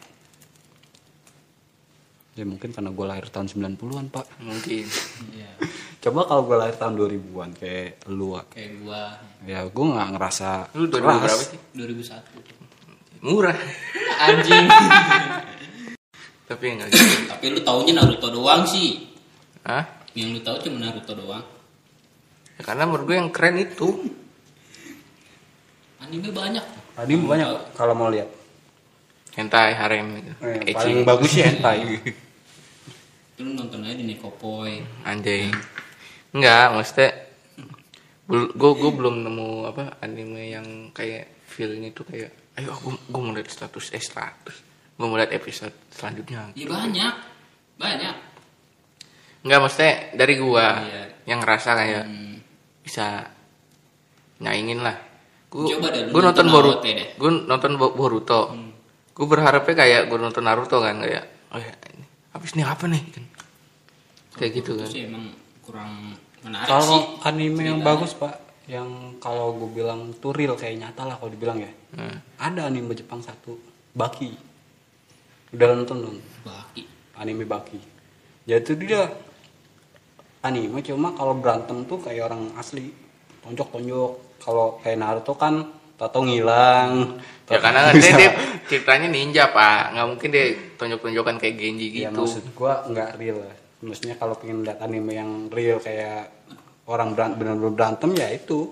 C: Ya mungkin karena gue lahir tahun sembilan puluhan pak.
B: Mungkin.
A: Iya.
C: Coba kalau gue lahir tahun dua ribuan kayak lu, Wak.
A: Kayak gua
C: Ya gue nggak ngerasa
B: Lu dua ribu
C: keras.
B: berapa sih?
A: dua ribu satu.
B: Murah.
A: Anjing.
B: Tapi enggak gitu.
A: Tapi lu taunya Naruto doang sih.
B: Hah?
A: Yang lu tahu cuma Naruto doang.
B: Ya, karena menurut gue yang keren itu.
A: Anime banyak.
C: Tadi banyak kalau mau lihat.
B: Hentai harem gitu.
C: Eh,
B: Ecchi.
C: paling bagus sih hentai.
A: Lu nonton aja di Nekopoy.
B: Anjing. Enggak, maksudnya gue gue belum nemu apa anime yang kayak feel-nya tuh kayak ayo gue gue mau lihat status eh status. Gue mau lihat episode selanjutnya.
A: Ya banyak. Banyak.
B: Enggak, maksudnya dari gua
A: Iya.
B: yang ngerasa kayak
A: Hmm.
B: bisa nyaingin lah. Gue
A: Coba deh, lu
B: gue nonton
A: nonton
B: Boruto.
A: A O T deh.
B: Gue nonton Bo- Boruto. Gue berharapnya kayak gue nonton Naruto kan kayak oh ya ini habis ini apa nih kan. kayak gitu
A: Itu
B: kan.
A: sih emang kurang menarik
C: Kalau
A: sih.
C: anime yang
A: ceritanya.
C: bagus pak, yang kalau gue bilang tuh real kayak nyata lah kalau dibilang ya.
B: Nah,
C: Ada anime Jepang satu, Baki. Udah nonton belum?
A: Baki.
C: Anime Baki. Ya itu dia anime cuma kalau berantem tuh kayak orang asli, tonjok-tonjok. Kalau kayak Naruto kan tato ngilang.
B: ya karena kan dia, dia ceritanya ninja pak, nggak mungkin dia tonjok-tonjokan kayak Genji
C: Ya
B: gitu.
C: maksud gua nggak real lah. Maksudnya kalau pengen lihat anime yang real kayak orang beran- benar-benar berantem ya itu.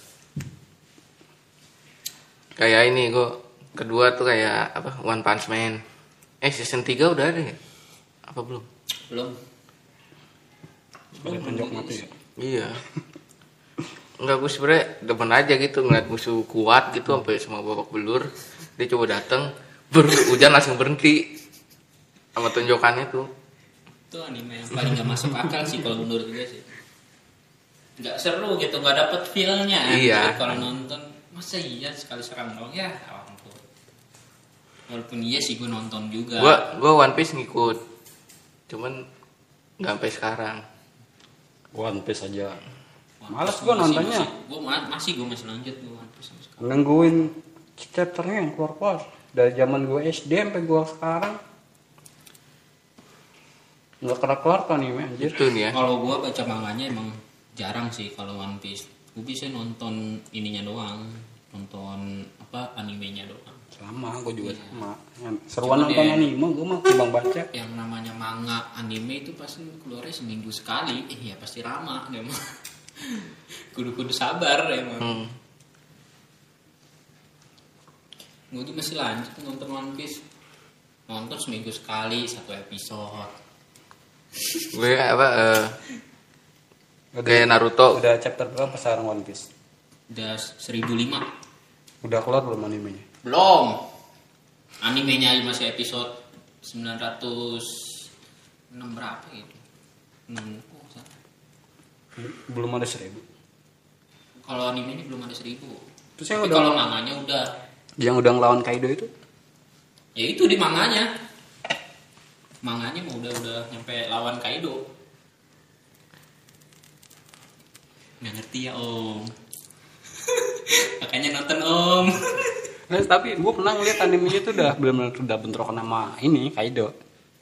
B: Kayak ini gue kedua tuh kayak apa One Punch Man. Eh season tiga udah ada ya? Apa belum?
A: Belum.
C: Kayak tonjok mati ya.
B: Iya. Enggak, gue sebenernya demen aja gitu ngeliat musuh kuat gitu sampai semua babak belur. Dia coba dateng, ber hujan langsung berhenti sama tonjokannya tuh.
A: Itu anime yang paling gak masuk akal sih kalau menurut gue sih. Gak seru gitu, gak dapet feel-nya.
B: Iya.
A: Kalau nonton, masa iya sekali serang doang ya ampun. Walaupun iya sih gue nonton juga.
B: Gue gue One Piece ngikut, cuman nggak sampai sekarang.
C: One Piece aja.
A: One
C: Males
A: Piece
C: gua
A: masih-
C: nontonnya.
A: masih- Gua ma- masih gue masih lanjut gue One Piece sampai sekarang.
C: Nungguin chapternya yang keluar-keluar dari zaman gue S D sampai gue sekarang nggak kelar-kelar kan anime anjir.
B: Itu nih ya.
A: Kalau gue baca manganya emang jarang sih kalau One Piece. Gue bisa nonton ininya doang, nonton apa animenya doang.
C: Sama gue juga sama. Seruan
A: Cuman
C: nonton
A: ya-
C: anime gue mah timbang baca.
A: Yang namanya manga anime itu pasti keluarnya seminggu sekali. Eh, ya pasti lama emang. Kudu-kudu sabar emang.
B: Hmm.
A: Gue tuh masih lanjut nonton One Piece. Nonton seminggu sekali satu episode.
B: Gue apa eh,
C: Udah,
B: kayak Naruto.
C: udah chapter berapa sekarang One Piece?
A: Udah seribu lima.
C: Udah keluar belum animenya?
A: Belum. Animenya masih episode sembilan ratus enam berapa gitu. enam oh, salah.
C: Belum ada seribu.
A: Kalau anime ini belum ada seribu.
C: Terus yang
A: Tapi
C: udah-
A: kalau manganya udah.
C: Yang udah ngelawan Kaido itu?
A: Ya itu di manganya. Manganya mau udah udah nyampe lawan Kaido. Nggak ngerti ya om. Makanya nonton om.
C: Nah, tapi gue pernah ngeliat animenya itu udah benar-benar udah bentrokan sama ini Kaido.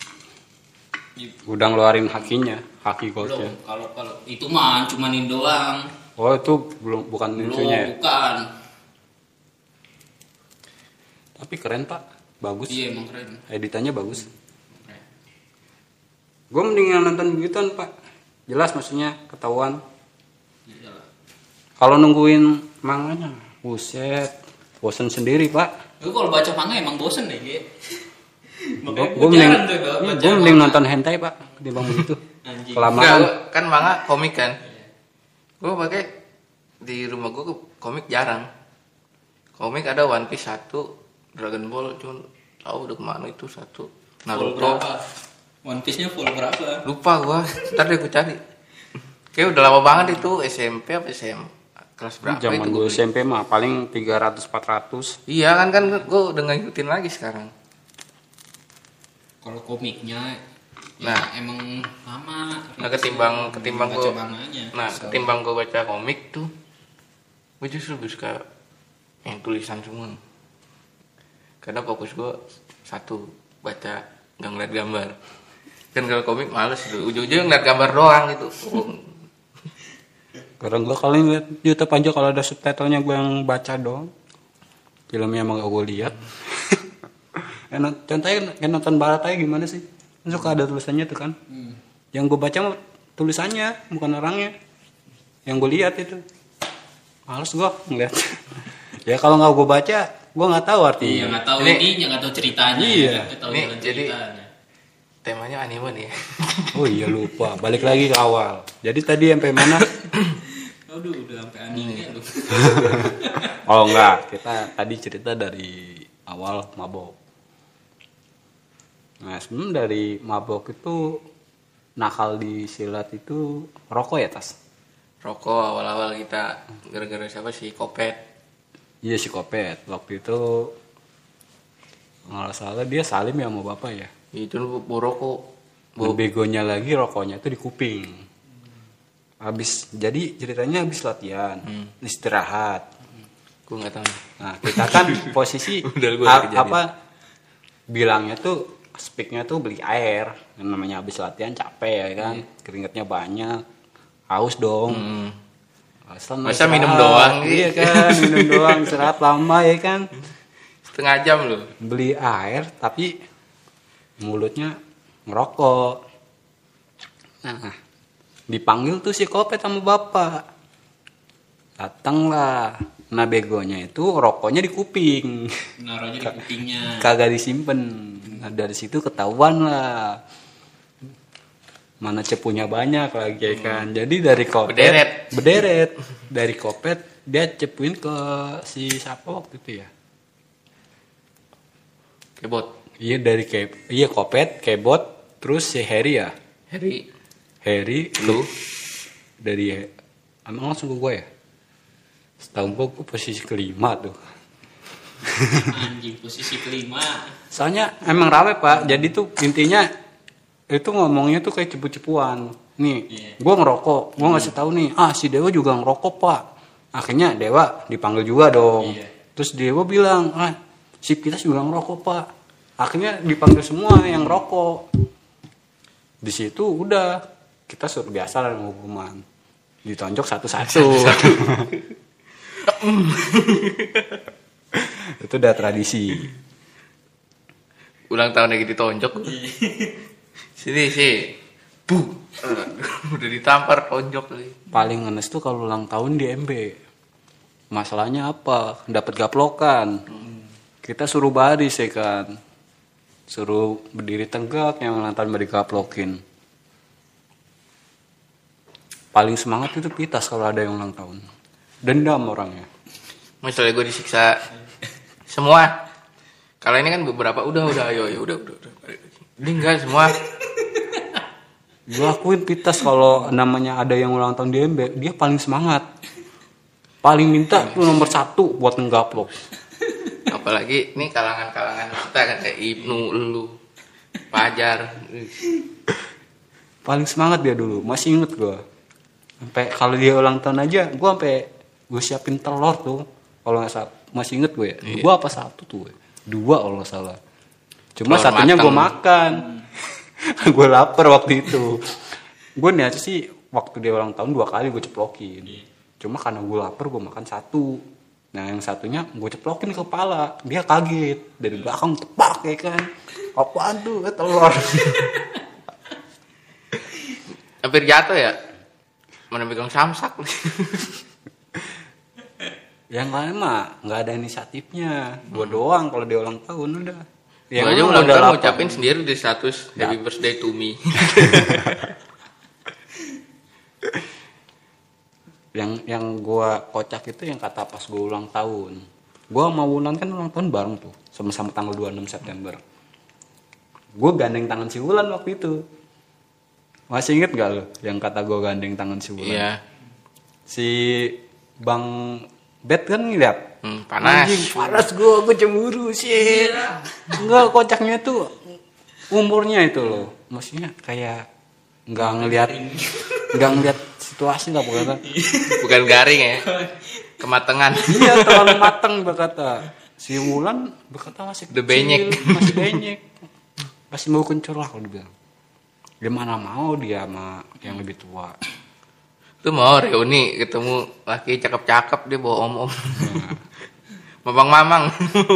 C: Udah ngeluarin hakinya, haki goldnya.
A: Belum. Kalau kalau itu mah cumanin doang.
C: Oh itu belum bukan
A: Belum
C: intinya ya?
A: bukan.
C: Tapi keren pak, bagus.
A: Iya emang keren.
C: Editannya bagus.
A: Keren.
C: Gue mendingan nonton begituan pak. Jelas maksudnya ketahuan.
A: Iya lah.
C: Kalau nungguin manganya, buset, bosen sendiri pak.
A: Gue kalau baca manga emang bosen deh, Ge. Makanya
C: Gue
A: gue
C: mending,
A: jarang tuh baca
C: gue mending
A: manga.
C: nonton hentai pak, dibanding begitu.
A: Anjing.
B: Enggak,
C: Kelamaan.
B: gua- kan manga komik kan. Gue pakai di rumah gue komik jarang. Komik ada One Piece satu, Dragon Ball cuma tahu udah kemana itu satu.
A: Full
B: Naruto.
A: berapa? One Piece-nya full berapa?
B: Lupa gua. Ntar deh gue cari. Kayak udah lama banget itu S M P apa S M A? Kelas berapa
C: Zaman
B: itu?
C: gue
B: gua
C: S M P mah paling tiga ratus empat ratus.
B: beli? Iya kan kan gue udah nggak ngikutin lagi sekarang.
A: Kalau komiknya ya
B: Nah.
A: emang lama.
B: Nah ketimbang ketimbang
A: baca
B: gue,
A: manganya.
B: nah
A: So,
B: ketimbang gue baca komik tuh, gue justru lebih suka yang tulisan semua. Karena fokus gue satu baca nggak ngeliat gambar. Kan kalau komik males tuh, ujung-ujungnya ngeliat gambar doang gitu. Oh,
C: Karena gue kali lihat YouTube aja kalau ada subtitlenya gue yang baca doang. Filmnya emang gak gue lihat. Ya, non- contohnya kayak nonton barat aja gimana sih? Kan suka ada tulisannya tuh kan.
A: hmm.
C: Yang gue baca mah tulisannya bukan orangnya. Yang gue lihat itu. Males gue ngeliat. Ya kalau nggak gue baca, gue nggak tahu
A: Iya
C: artinya.
A: nggak tahu
B: Ini-
A: ininya, nggak tahu ceritanya.
C: Iya.
A: Nggak tahu
B: Ini
A: jalan
B: jadi-
A: ceritanya.
B: temanya anime nih.
C: Oh iya lupa. Balik lagi ke awal. Jadi tadi sampai mana?
A: Aduh udah sampai anime lu.
C: Oh enggak, kita tadi cerita dari awal mabok. Nah sebelum dari mabok itu nakal di silat itu rokok ya tas?
B: Rokok awal-awal kita gara-gara siapa sih Kopet.
C: Iya si Kopet. Waktu itu nggak salah dia salim ya sama bapak ya.
B: Itu bu rokok
C: Bu. Begonya lagi rokoknya tuh di kuping. Habis jadi ceritanya habis latihan, hmm. istirahat.
B: Gue nggak tahu.
C: Nah kita kan posisi a, apa bilangnya tuh speaknya tuh beli air, namanya habis latihan capek ya kan, hmm. keringetnya banyak, haus dong. Hmm.
B: Masa minum doang?
C: Iya kan, minum doang, istirahat lama ya kan.
B: Setengah jam loh.
C: Beli air tapi mulutnya ngerokok. Nah, dipanggil tuh si Kopet sama bapak. Datanglah. Nah begonya itu rokoknya di kuping.
A: Naruhnya di kupingnya.
C: Kagak disimpen. Nah dari situ ketahuan lah. Mana cepunya banyak lagi ya kan. Jadi dari Kopet.
B: Berderet.
C: Berderet. Dari Kopet dia cepuin ke si siapa waktu itu ya.
B: Kebot.
C: Iya dari ke, iya Kopet, Kebot, terus si Harry ya.
B: Harry.
C: Harry,
B: lu
C: dari emang langsung ke gue ya. Setahu gue, gue posisi kelima tuh.
A: Anjing posisi kelima.
C: Soalnya emang rame pak. Jadi tuh intinya itu ngomongnya tuh kayak cepu-cepuan. Nih, yeah. gue ngerokok, gue hmm. ngasih tahu nih. Ah si Dewa juga ngerokok pak. Akhirnya Dewa dipanggil juga dong. Yeah. Terus Dewa bilang, ah si kita juga ngerokok pak. Akhirnya dipanggil semua yang rokok. Di situ udah kita suruh biasa lah hukuman. Ditonjok satu-satu. Itu udah tradisi.
B: Ulang tahun lagi ditonjok. Sini sih. Bu. Udah ditampar tonjok lagi.
C: Paling ngenes tuh kalau ulang tahun di M B. Masalahnya apa? Dapat gaplokan. Hmm. Kita suruh baris ya kan. Suruh berdiri tegak yang lantaran beri gaplokin. Paling semangat itu Pitas kalau ada yang ulang tahun. Dendam orangnya.
B: Masalah gue disiksa semua. Kalau ini kan beberapa udah udah ayo ya udah udah udah. Ini enggak semua.
C: Gue akuin Pitas kalau namanya ada yang ulang tahun di M B, dia paling semangat. Paling minta tuh nomor satu buat ngegaplok.
B: Apalagi ini kalangan-kalangan kita kan kayak Ibnu, lu, Fajar.
C: Paling semangat dia dulu, masih inget gue. Sampai kalau dia ulang tahun aja, gue sampai gue siapin telur tuh. Kalau nggak salah, masih inget gue ya. Iya. Dua apa satu tuh? Dua kalau nggak salah. Cuma telur satunya gue makan. Gue lapar waktu itu. Gue niat sih waktu dia ulang tahun dua kali gue ceplokin. Cuma karena gue lapar gue makan satu. Nah yang satunya gue ceplokin ke kepala. Dia kaget. Dari belakang tepak ya kan. Apaan tuh? Telur.
B: Hampir jatuh ya? Mana pegang samsak.
C: Yang lain mah gak ada inisiatifnya. Gue doang kalau dia ulang tahun udah.
B: Gue aja ulang tahun ngucapin sendiri di status ya. Happy birthday to me.
C: yang yang gue kocak itu yang kata pas gue ulang tahun. Gue sama Wulan kan ulang tahun bareng tuh, sama-sama tanggal dua puluh enam September. Gue gandeng tangan si Wulan waktu itu. Masih inget gak lo yang kata gue gandeng tangan si Wulan?
B: Iya.
C: Si Bang Bet kan ngeliat,
B: hmm, panas.
C: Anjing, panas gue, gue cemburu sih. Enggak, kocaknya tuh umurnya itu loh. Maksudnya kayak nggak ngeliat, nggak ngeliat situasi lah berkata.
B: Bukan garing ya, kematangan.
C: Iya terlalu matang berkata. Si Wulan berkata masih kecil,
B: benyek.
C: masih benyek, masih mau kencur lah kalau dibilang. Gimana mau dia sama yang lebih tua.
B: Tuh mau reuni ketemu laki cakep-cakep dia bawa om-om. Mamang-mamang.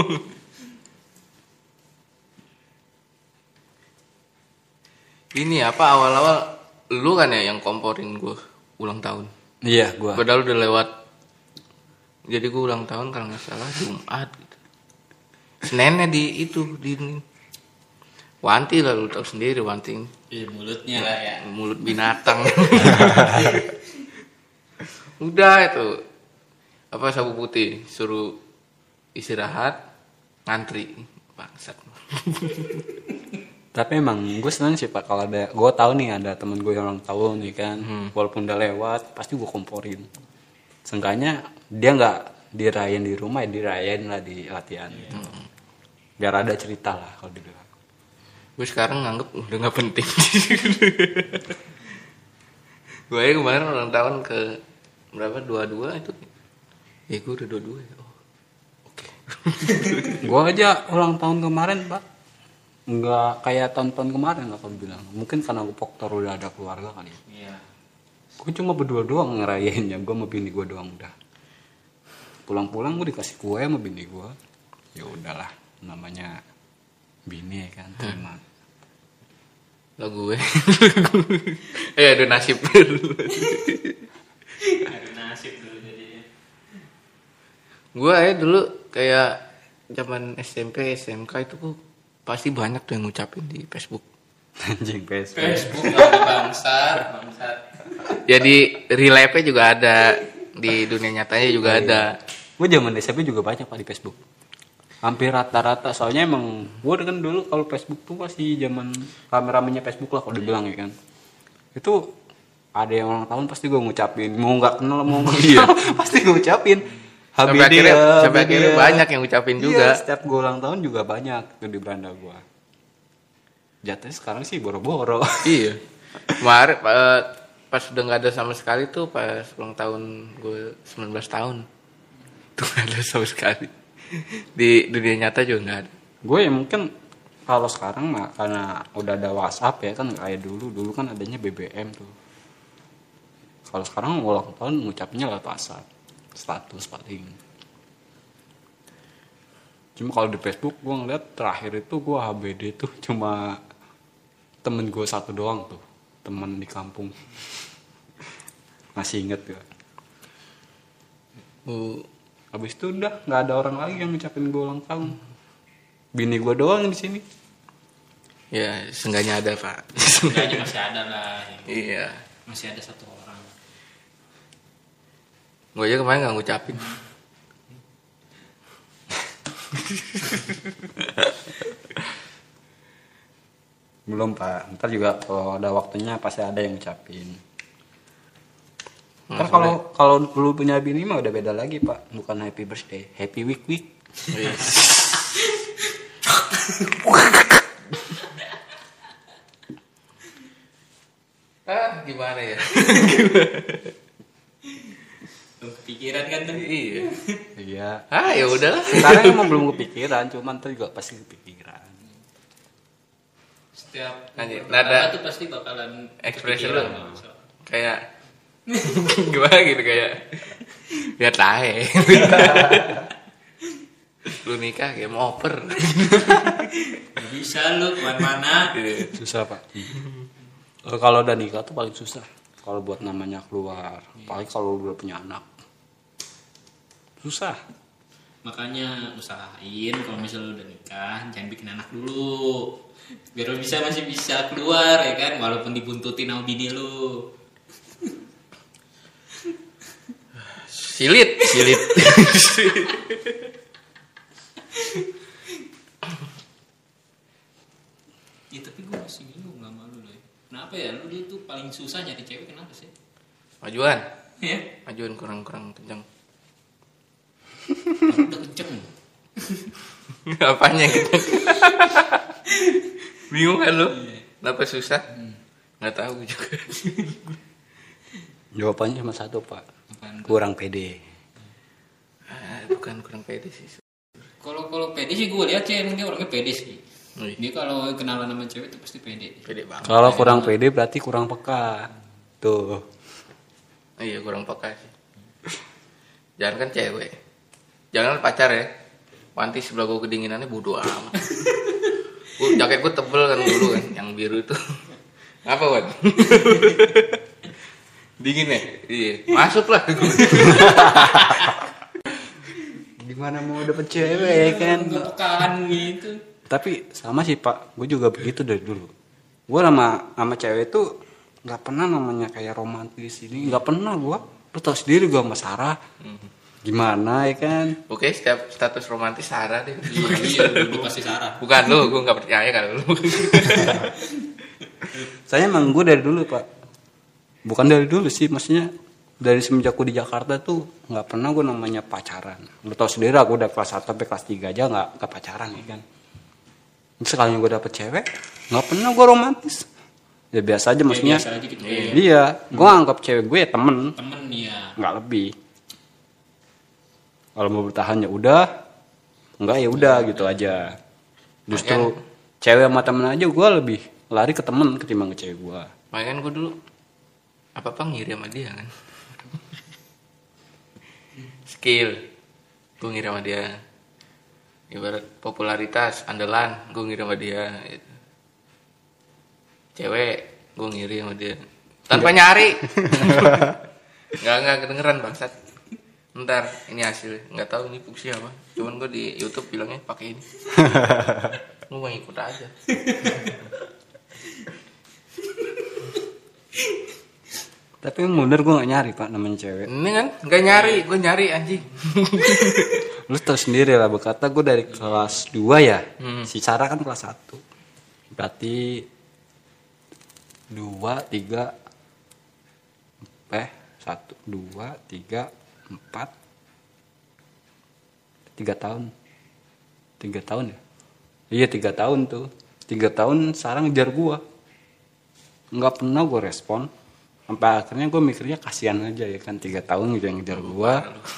B: Ini apa awal-awal lu kan ya yang komporin gue ulang tahun.
C: Iya gue.
B: Padahal udah lewat. Jadi gue ulang tahun kalau nggak salah Jumat. Gitu. Seninnya di itu di Wanti lah lu tahu sendiri Wanti.
A: Iya mulutnya lah ya.
B: Mulut binatang. Udah itu apa sabu putih suruh istirahat ngantri bangsat.
C: Tapi emang gue senang sih pak kalau ada, gue tahu nih ada temen gue yang ulang tahun nih kan, hmm. walaupun udah lewat pasti gue komporin. Seenggaknya dia nggak dirayain di rumah, ya dirayain lah di latihan. Hmm. Biar ada cerita lah kalau dibilang.
B: Gue sekarang nganggep udah nggak penting. Gue aja kemarin ulang tahun ke berapa dua puluh dua itu. Ya gue udah dua puluh dua ya. Oh. Oke.
C: Gue aja ulang tahun kemarin pak, nggak kayak tahun-tahun kemarin lah kalau bilang. Mungkin karena gue faktor udah ada keluarga kali.
A: Iya.
C: Gue cuma berdua doang ngerayainnya, gue sama bini gue doang udah. Pulang-pulang gue dikasih kue sama bini gue. Ya udahlah, namanya bini kan terima.
B: Lah gue. Eh ada nasib.
A: Ada nasib dulu jadinya.
B: Gue aja dulu kayak zaman S M P S M K itu gue pasti banyak tuh yang ngucapin di Facebook.
C: Anjing Facebook.
A: Facebook ada bangsat, bangsat.
B: Jadi relive-nya juga ada, di dunia nyatanya juga ada.
C: Gue zaman S M P juga banyak pak di Facebook. Hampir rata-rata, soalnya emang gue kan dulu kalau Facebook tuh pasti zaman rame-ramenya Facebook lah kalau dibilang ya kan. Itu ada yang ulang tahun pasti gue ngucapin, mau nggak kenal mau nggak iya. Pasti gue ngucapin.
B: Sampai akhirnya, sampai akhirnya banyak yang ngucapin juga.
C: Iya, setiap gue ulang tahun juga banyak tuh di beranda gue. Jatuhnya sekarang sih boro-boro.
B: Iya. Kemarin uh, pas udah nggak ada sama sekali tuh pas ulang tahun gue sembilan belas tahun. Tuh nggak ada sama sekali. Di dunia nyata juga nggak ada.
C: Gue ya mungkin kalau sekarang mah karena udah ada WhatsApp ya kan kayak dulu. Dulu kan adanya B B M tuh. Kalau sekarang ulang tahun ngucapnya lewat WhatsApp. Status paling. Cuma kalau di Facebook gue ngeliat terakhir itu gue H B D tuh cuma temen gue satu doang tuh. Temen di kampung. Masih inget gue.
B: Uh,
C: Habis itu udah nggak ada orang lagi yang ngucapin gue ulang tahun. Bini gue doang di sini.
B: ya seenggaknya ada pak.
A: Seenggaknya masih ada lah.
B: Iya.
A: Masih ada satu orang.
B: Gue aja kemarin nggak ngucapin.
C: Belum pak. Ntar juga kalau ada waktunya pasti ada yang ngucapin. Kan kalau kalau dulu punya bini mah udah beda lagi pak, bukan happy birthday, happy week week.
B: Ah gimana ya?
A: Kepikiran kan tuh.
B: Iya.
C: Iya.
B: Ah ya udahlah.
C: Sekarang emang belum kepikiran, cuman ntar juga pasti kepikiran.
A: Setiap
B: Lanjut.
A: pertama
B: Nada.
A: tuh pasti bakalan
B: Ekspresi
A: kepikiran,
B: lu.
A: Bang. So.
B: Kayak gimana gitu kayak lihat tahe. Lu nikah kayak mau oper.
A: Gak bisa lu kemana-mana.
C: Susah pak. Eh, kalau udah nikah tuh paling susah. Kalau buat namanya keluar, paling kalau udah punya anak, susah.
A: Makanya usahain kalau misalnya lu udah nikah jangan bikin anak dulu. Biar lu bisa masih bisa keluar ya kan, walaupun dibuntutin sama bini lu.
B: Silit, silit.
A: Ya tapi gue masih bingung sama lu loh. Kenapa ya lu dia tuh paling susah nyari cewek, kenapa sih?
B: Majuan,
A: Ya,
B: majuan kurang-kurang kenceng.
A: udah kenceng.
B: Apanya gitu? Bingung kan lu? Kenapa susah? Nggak tahu juga.
C: Jawabannya cuma satu pak,
A: Apaan tuh?
C: kurang pede.
B: Ah, bukan kurang pede sih.
A: Kalau kalau pede sih gue lihat cewek emang dia orangnya pede sih.
B: Wih,
A: Dia kalau kenalan sama cewek itu pasti pede.
B: pede banget.
C: Kalau kurang pede berarti kurang peka. Tuh.
B: Oh, iya kurang peka sih. Jangan kan cewek. Jangan pacar ya. Panti sebelah gue kedinginannya bodo amat. Gue jaket gue tebel kan dulu kan, yang biru itu. Apa Wan? Dingin ya? Iya. Masuk lah.
C: Gimana mau dapet cewek kan?
A: Nggak pekaan gitu.
C: Tapi sama sih pak, gue juga begitu dari dulu. Gue sama sama cewek itu nggak pernah namanya kayak romantis ini, nggak pernah gue. Lu tau sendiri gue sama Sarah. Gimana ya kan?
B: Oke, setiap status romantis Sarah deh.
A: Iya, iya dulu pasti Sarah.
B: Bukan lu, gue nggak percaya kalau lu.
C: Saya emang gue dari dulu pak. Bukan dari dulu sih, maksudnya dari semenjak gue di Jakarta tuh nggak pernah gue namanya pacaran. Lu tau sendiri aku udah kelas satu sampai kelas tiga aja nggak nggak pacaran ya kan. sekalinya gue dapet cewek nggak pernah gue romantis, ya biasa aja maksudnya.
A: biasa aja gitu.
C: Iya, iya. Gue anggap cewek gue ya temen,
A: Temen ya.
C: nggak lebih. Kalau mau bertahan ya udah, nggak ya udah gitu aja. Justru cewek sama temen aja gue lebih lari ke temen ketimbang ke cewek gue.
B: Makanya kan gue dulu apa apa ngiri sama dia kan. Skill gue ngiri sama dia. Ibarat popularitas andalan gue ngiri sama dia gitu. Cewek gue ngiri sama dia tanpa nyari. Nggak nggak kedengeran bangsat. Ntar ini hasil nggak tahu ini fungsi apa. Cuman gue di YouTube bilangnya pakai ini. Lu mau ikut aja.
C: Tapi bener gue gak nyari pak namanya cewek.
B: Ini kan nggak nyari, gue nyari anjing.
C: Lu tau sendiri lah, berkata gue dari kelas dua ya.
B: Hmm.
C: Si Sarah kan kelas satu. Berarti dua, tiga, eh satu, dua, tiga, empat, tiga tahun, tiga tahun ya. Iya tiga tahun tuh, tiga tahun Sarah ngejar gue. Nggak pernah gue respon. Sampai akhirnya gue mikirnya kasihan aja ya kan, tiga tahun gitu yang ngejar gue.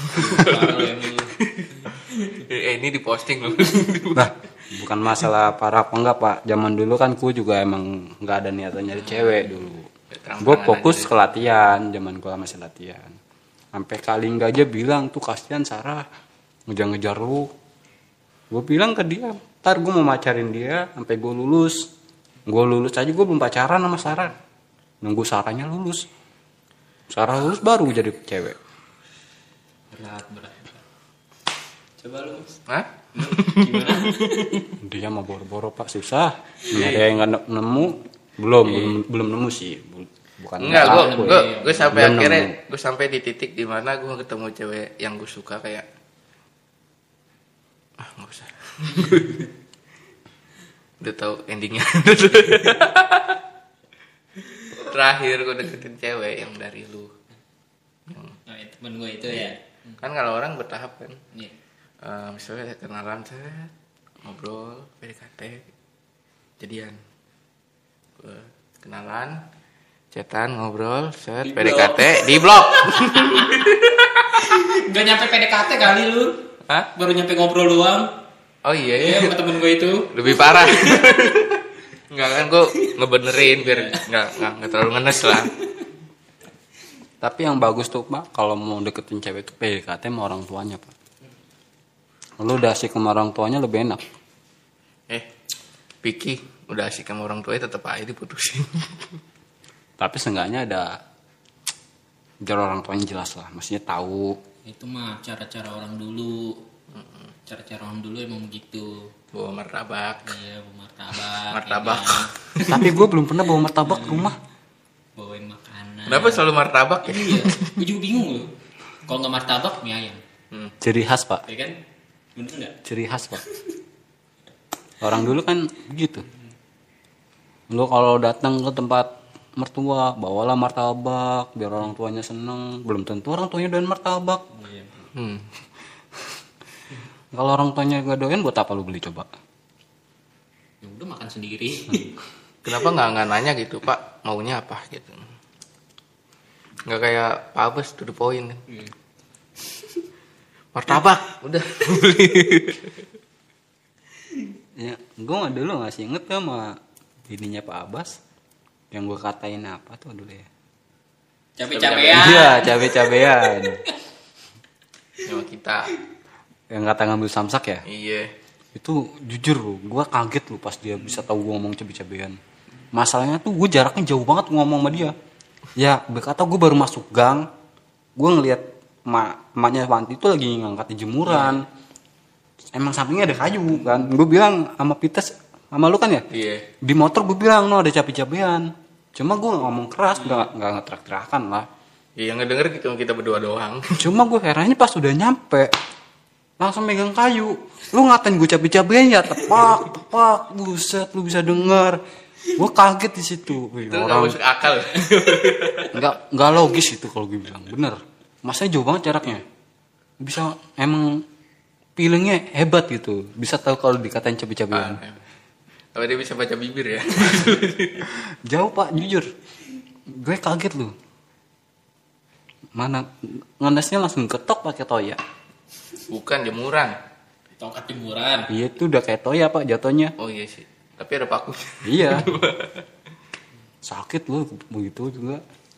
B: Eh ini diposting loh.
C: Nah, bukan masalah parah apa enggak pak. Zaman dulu kan gue juga emang nggak ada niatan nyari cewek dulu. Gue fokus ke latihan, zaman gue masih latihan. Sampai Kalingga aja bilang tuh kasihan Sarah ngejar-ngejar lu. Gue bilang ke dia, ntar gue mau macarin dia sampai gue lulus. Gue lulus aja gue belum pacaran sama Sarah. Nunggu Sarahnya lulus. Sarah lulus baru jadi cewek.
A: Berat, berat. Coba lu, Mas.
B: Hah?
A: Lu gimana?
C: Dia mah boro-boro pak, susah. Nyari yang nggak nemu, belum, belum, belum nemu sih. Bukan
B: Enggak, gue
C: aku,
B: gue
C: ya.
B: gue sampai
C: Belum
B: akhirnya
C: nemu.
B: gue sampai di titik di mana gue ketemu cewek yang gue suka kayak ah nggak usah. Udah tahu endingnya. Terakhir gue deketin cewek yang dari lu. Yang,
A: Oh, ya, temen gue itu ya.
B: kan kalau orang bertahap kan.
A: Iya.
B: Eh, misalnya kenalan set, ngobrol, P D K T, jadian. Gue kenalan, chatan, ngobrol, set,
A: Di
B: P D K T, di blok.
A: Gak nyampe P D K T kali lu.
B: Hah?
A: Baru nyampe ngobrol doang.
B: Oh iya,
A: Iya,
B: iya.
A: sama temen gue itu.
B: Lebih parah. Enggak kan gue ngebenerin biar nggak nggak nggak terlalu ngenes lah.
C: Tapi yang bagus tuh pak, kalau mau deketin cewek itu P D K T sama orang tuanya pak. Lu udah asik sama orang tuanya lebih enak.
B: Eh, Piki udah asik sama orang tuanya tetap aja diputusin.
C: Tapi seenggaknya ada biar orang tuanya jelas lah, maksudnya tahu.
A: Itu mah cara-cara orang dulu. Cara-cara orang dulu emang begitu.
B: Bawa martabak.
A: Iya, bawa martabak.
B: Martabak.
A: ya kan?
C: Tapi gue belum pernah bawa martabak ke rumah.
A: Bawain makanan.
B: Kenapa selalu martabak ya?
A: Iya, gue juga bingung loh. Kalau nggak martabak, mie ayam.
B: Hmm.
C: Ciri khas pak,
A: Ya kan? Bener nggak?
C: ciri khas pak. Orang dulu kan begitu. Lu kalau datang ke tempat mertua, bawalah martabak biar orang tuanya seneng. Belum tentu orang tuanya doyan martabak.
A: Iya.
B: Hmm.
C: Kalau orang tuanya gak doyan, buat apa lu beli coba?
A: Ya udah makan sendiri.
B: Kenapa nggak nggak nanya gitu Pak maunya apa gitu? Nggak kayak Pak Abes to the point kan?
A: Hmm.
B: Martabak udah.
C: Ya, gue mah dulu masih inget tuh sama bininya Pak Abbas yang gue katain apa tuh dulu ya?
A: Cabe-cabean.
C: Iya, cabe-cabean.
B: Sama kita.
C: Yang kata ngambil samsak ya?
B: Iya.
C: Itu jujur loh, gue kaget loh pas dia bisa tahu gue ngomong cabe-cabean. Masalahnya tuh gue jaraknya jauh banget ngomong sama dia. Ya, berkata gue baru masuk gang, gue ngelihat emak, emaknya Wanti itu lagi ngangkat jemuran. Emang sampingnya ada kayu kan. Gue bilang sama Pites, sama lu kan ya?
B: Iya.
C: Di motor gue bilang, no ada cabe-cabean. Cuma gue ngomong keras, nggak nggak ngeterak-terakan lah.
B: Iya yang ngedenger gitu kita berdua doang.
C: Cuma gue herannya pas udah nyampe, langsung megang kayu. Lu ngatain gue cabe-cabean ya, tepak, tepak, buset, lu bisa denger. Gue kaget di situ. Wih,
B: Itu nggak
C: orang
B: masuk akal.
C: nggak nggak logis itu kalau gue bilang, bener. Masanya jauh banget jaraknya. Bisa emang feelingnya hebat gitu. Bisa tahu kalau dikatain cabe-cabean.
B: Ah, Apa dia bisa baca bibir ya?
C: Jauh pak, jujur. Gue kaget lu. Mana ngendasnya langsung ketok pakai toya.
B: Bukan jemuran.
A: Tongkat jemuran.
C: Iya itu udah kayak toya pak jatuhnya.
B: Oh iya sih. Tapi ada paku.
C: Iya. Sakit lu begitu juga.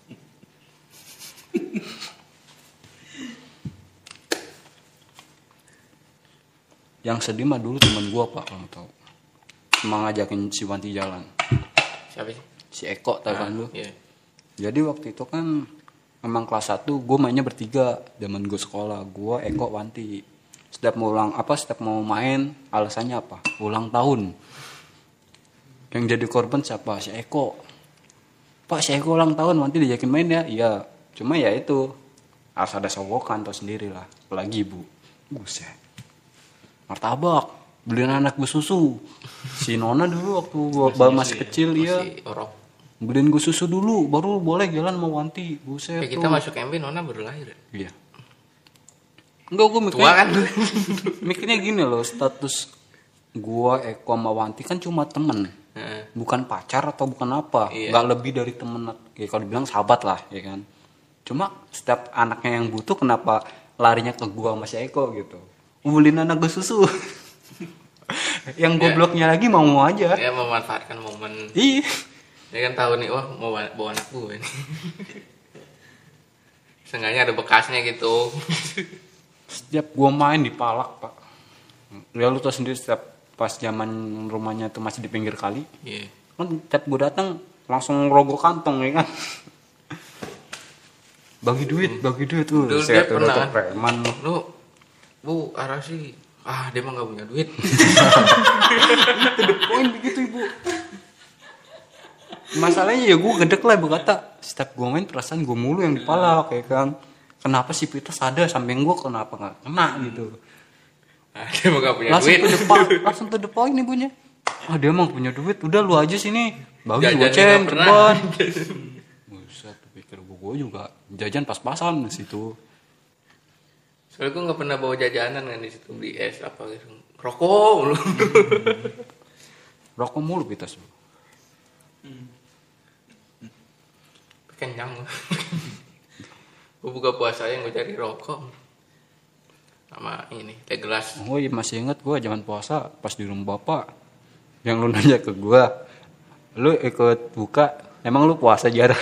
C: Yang sedih mah dulu teman gua pak kalau tahu. Emang ngajakin si Wanti jalan.
B: Siapa sih?
C: Si Eko tahu kan lu.
B: Iya.
C: Jadi waktu itu kan emang kelas satu gue mainnya bertiga zaman gue sekolah. Gue Eko Wanti. Setiap mau ulang apa setiap mau main alasannya apa? Ulang tahun. Yang jadi korban siapa? Si Eko. Pak si Eko ulang tahun Wanti diajakin main ya. Iya. Cuma ya itu harus ada sogokan tau sendiri lah. Apalagi ibu. Buset. Martabak. Beliin anak gue susu. Si Nona dulu waktu gue masih, masih kecil ya.
B: Masih orok.
C: Beliin gue susu dulu, baru boleh jalan mau Wanti. Buset.
B: Kayak kita masuk M B Nona baru lahir ya?
C: Iya. Enggak, gue mikirnya,
B: Tua kan?
C: mikirnya gini loh, status gue Eko sama Wanti kan cuma temen.
B: Heeh.
C: Bukan pacar atau bukan apa.
B: Iya.
C: Nggak lebih dari temen, ya kalau dibilang sahabat lah, ya kan. Cuma setiap anaknya yang butuh kenapa larinya ke gue sama si Eko gitu. Beliin anak gue susu. Yang gobloknya lagi mau-mau aja.
B: Ya memanfaatkan momen.
C: Iya.
B: Dia kan tahu nih, wah mau bawa anak gue nih. Seenggaknya ada bekasnya gitu.
C: Setiap gua main dipalak pak. Ya lu tau sendiri setiap pas zaman rumahnya tuh masih di pinggir kali.
B: Iya.
C: Kan setiap gua datang langsung rogoh kantong ya kan. Bagi duit, bagi duit tuh.
B: Dulu
C: Saya
B: dia
C: tuh
B: pernah
C: dokter
B: kan?
C: preman.
B: Lu, bu Arasi, ah dia mah nggak punya duit.
C: To the point begitu ibu. Masalahnya ya gue gedek lah ibu kata. Setiap gue main perasaan gue mulu yang dipalak ya kan. Kenapa si Pitas ada samping gue kenapa nggak kena gitu.
B: Ah, dia mah nggak punya
C: Langsung
B: duit.
C: to the point, langsung to the point ibunya. Ah dia emang punya duit, udah lu aja sini. Bagi
B: Jajannya
C: goceng,
B: nggak pernah.
C: ceban. Buset, pikir gue, gue juga jajan pas-pasan di situ.
B: Soalnya gue nggak pernah bawa jajanan kan di situ, beli es apa gitu. Rokok mulu.
C: Rokok mulu Pitas.
B: Kenyang. Gue buka puasa yang gue cari rokok sama ini teh gelas.
C: Oh iya masih inget gue zaman puasa pas di rumah bapak. Yang lu nanya ke gue, lu ikut buka, emang lu puasa jarang?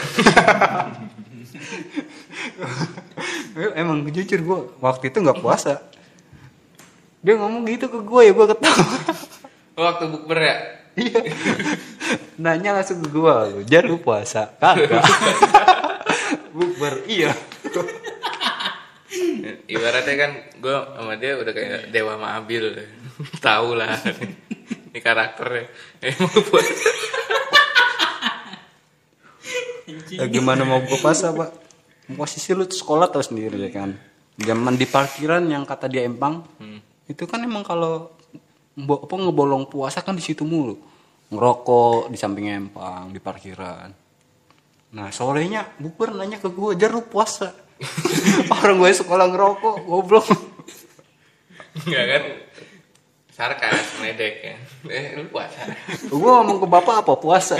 C: Emang jujur gue waktu itu nggak puasa. Dia ngomong gitu ke gue ya gue ketawa.
B: Waktu bukber ya?
C: Iya. Nanya langsung ke gue, Jar lu puasa? Kagak. Bukber, iya.
B: Ibaratnya kan gue sama dia udah kayak Dewa Maabil. Tahu lah. Ini karakternya. Emang buat.
C: Ya, gimana mau gue puasa pak? Posisi lu tuh sekolah tau sendiri ya kan. Zaman di parkiran yang kata dia empang, hmm. itu kan emang kalau Mbok apa ngebolong puasa kan di situ mulu. Ngerokok di samping empang di parkiran. Nah, sorenya bukber nanya ke gue, "Jar lu puasa?" Orang gue sekolah ngerokok, goblok.
B: Enggak kan? Sarkas, medek ya. Eh, lu puasa.
C: Gue ngomong ke bapak apa puasa.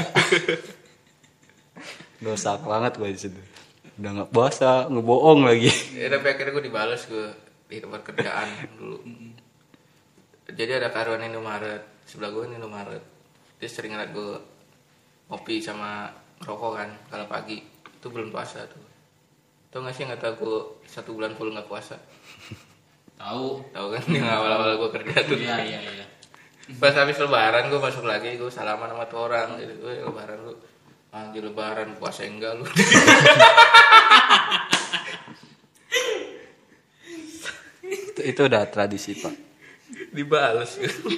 C: Dosa banget gue di situ. Udah enggak puasa, ngebohong lagi.
B: Ya tapi akhirnya gue dibalas gue di tempat kerjaan dulu. Jadi ada karuan Indomaret, sebelah gue Indomaret. Dia sering ngeliat gue ngopi sama rokok kan kalau pagi. Itu belum puasa tuh. Tau gak sih nggak tahu gue satu bulan full nggak puasa?
A: Tahu.
B: Tahu kan yang awal-awal gue kerja tuh.
A: Iya iya iya.
B: Pas habis lebaran gue masuk lagi, gue salaman sama tuh orang. Jadi gue lebaran lu, anjir lebaran puasa enggak lu.
C: itu, itu udah tradisi pak.
B: Dibales.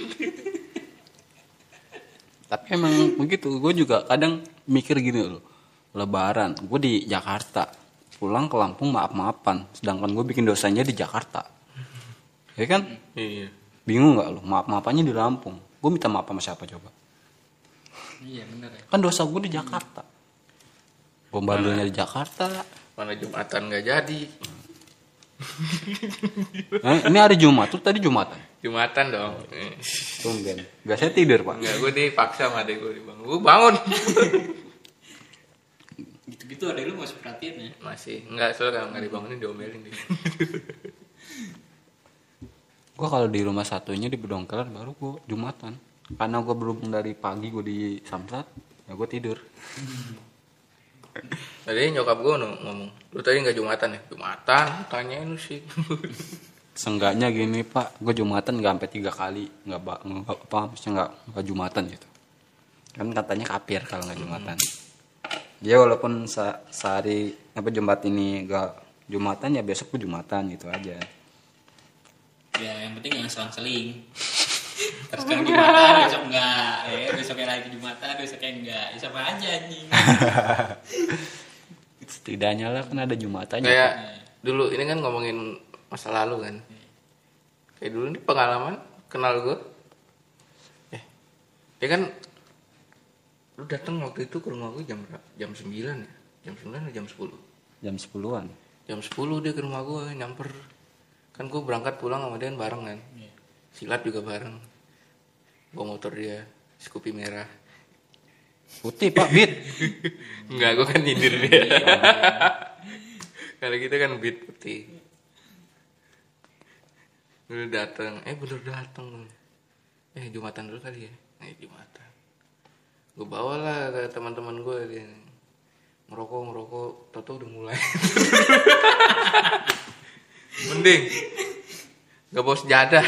C: Tapi emang begitu. Gue juga kadang mikir gini loh. Lebaran, gue di Jakarta, pulang ke Lampung maaf-maafan. Sedangkan gue bikin dosanya di Jakarta, ya kan?
B: Iya.
C: Bingung nggak lo? Maaf-maafannya di Lampung. Gue minta maaf sama siapa coba?
A: Iya benar ya.
C: Kan dosa gue di Jakarta. Gue bandelnya di Jakarta.
B: Mana Jumatan nggak jadi.
C: Eh, ini hari Jumat tuh tadi Jumatan.
B: Jumatan dong. Eh.
C: Tumben. Gak saya tidur pak.
B: Enggak, gue dipaksa sama adek gue dibangun. Gue bangun.
A: Gitu-gitu ada lu masih perhatian ya.
B: Masih. Enggak, soalnya kalau nggak dibangunin diomelin dia.
C: Gue kalau di rumah satunya di Bedongkelan baru gue Jumatan. Karena gue berhubung dari pagi gue di Samsat, ya gue tidur.
B: Tadi nyokap gue ngomong, lu tadi nggak Jumatan ya? Jumatan, tanyain lu sih.
C: Seenggaknya gini pak, gue Jumatan nggak sampai tiga kali, nggak ba- nggak apa, maksudnya nggak nggak Jumatan gitu. Kan katanya kafir kalau nggak Jumatan. Ya walaupun se- sehari apa Jumat ini nggak Jumatan ya besok gue Jumatan gitu aja.
A: Ya yang penting jangan selang-seling. Terus kan Jumatan, besok enggak, ya besoknya lagi Jumatan, besoknya enggak, ya sama aja anjing.
C: Setidaknya lah kan ada Jumatannya.
B: Kayak
C: Pak.
B: dulu ini kan ngomongin masa lalu kan. Kayak dulu nih pengalaman kenal gue. Eh, dia kan lu datang waktu itu ke rumah gue jam berapa? Jam sembilan ya? Jam sembilan atau jam sepuluh?
C: Jam sepuluhan.
B: Jam sepuluh dia ke rumah gue nyamper. Kan gue berangkat pulang sama dia bareng kan. Silat juga bareng. Bawa motor dia, Scoopy merah.
C: Putih pak, beat.
B: Enggak, gue kan nyindir dia. Kalau gitu kan beat putih. Dulu datang, eh bener datang. Eh Jumatan dulu kali ya. Eh Jumatan. Gue bawalah ke teman-teman gue dia. Ngerokok ngerokok, toto udah mulai. Mending nggak bawa sejadah.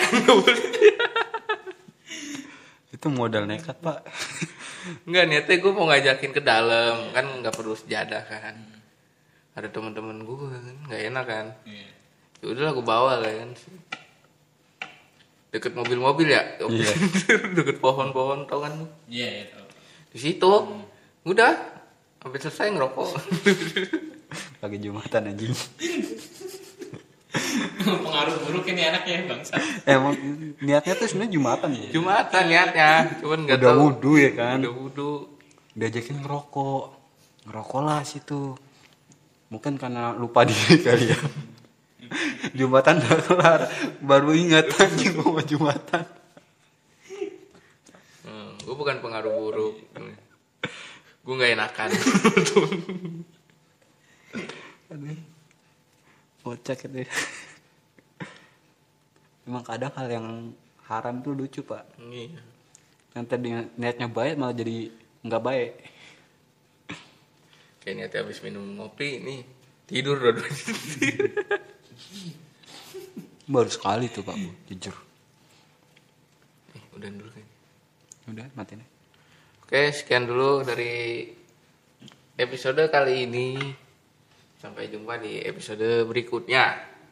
C: Itu modal nekat pak.
B: Enggak, niatnya gue mau ngajakin ke dalam kan nggak perlu sejadah kan. Ada teman-teman gue kan nggak enak kan.
A: Iya.
B: Ya udahlah gue bawa lah kan. Deket mobil-mobil ya.
C: Iya.
B: Deket pohon-pohon tau kan lu.
A: Iya, ya tau.
B: Di situ udah sampai selesai ngerokok.
C: Pagi Jumatan anjing.
A: Pengaruh buruk ini anaknya bangsa.
C: Emang niatnya tuh sebenarnya Jumatan ya.
B: Jumatan niatnya, cuman nggak
C: Udah
B: tahu.
C: wudu ya kan.
B: Udah wudu.
C: Diajakin ngerokok. Ngerokok lah situ. Mungkin karena lupa diri kali ya. Jumatan udah kelar, baru ingat anjing mau Jumatan.
B: Hmm, gue bukan pengaruh buruk. Gue nggak enakan.
C: Aduh. Kocak itu. Emang kadang hal yang haram tuh lucu pak.
B: Iya.
C: Yang tadi niatnya baik malah jadi nggak baik.
B: Kayak niatnya habis minum ngopi nih tidur dulu.
C: Baru sekali tuh pak, Bu, jujur.
B: Eh, udah dulu kan.
C: Udah matiin.
B: Oke, sekian dulu dari episode kali ini. Sampai jumpa di episode berikutnya.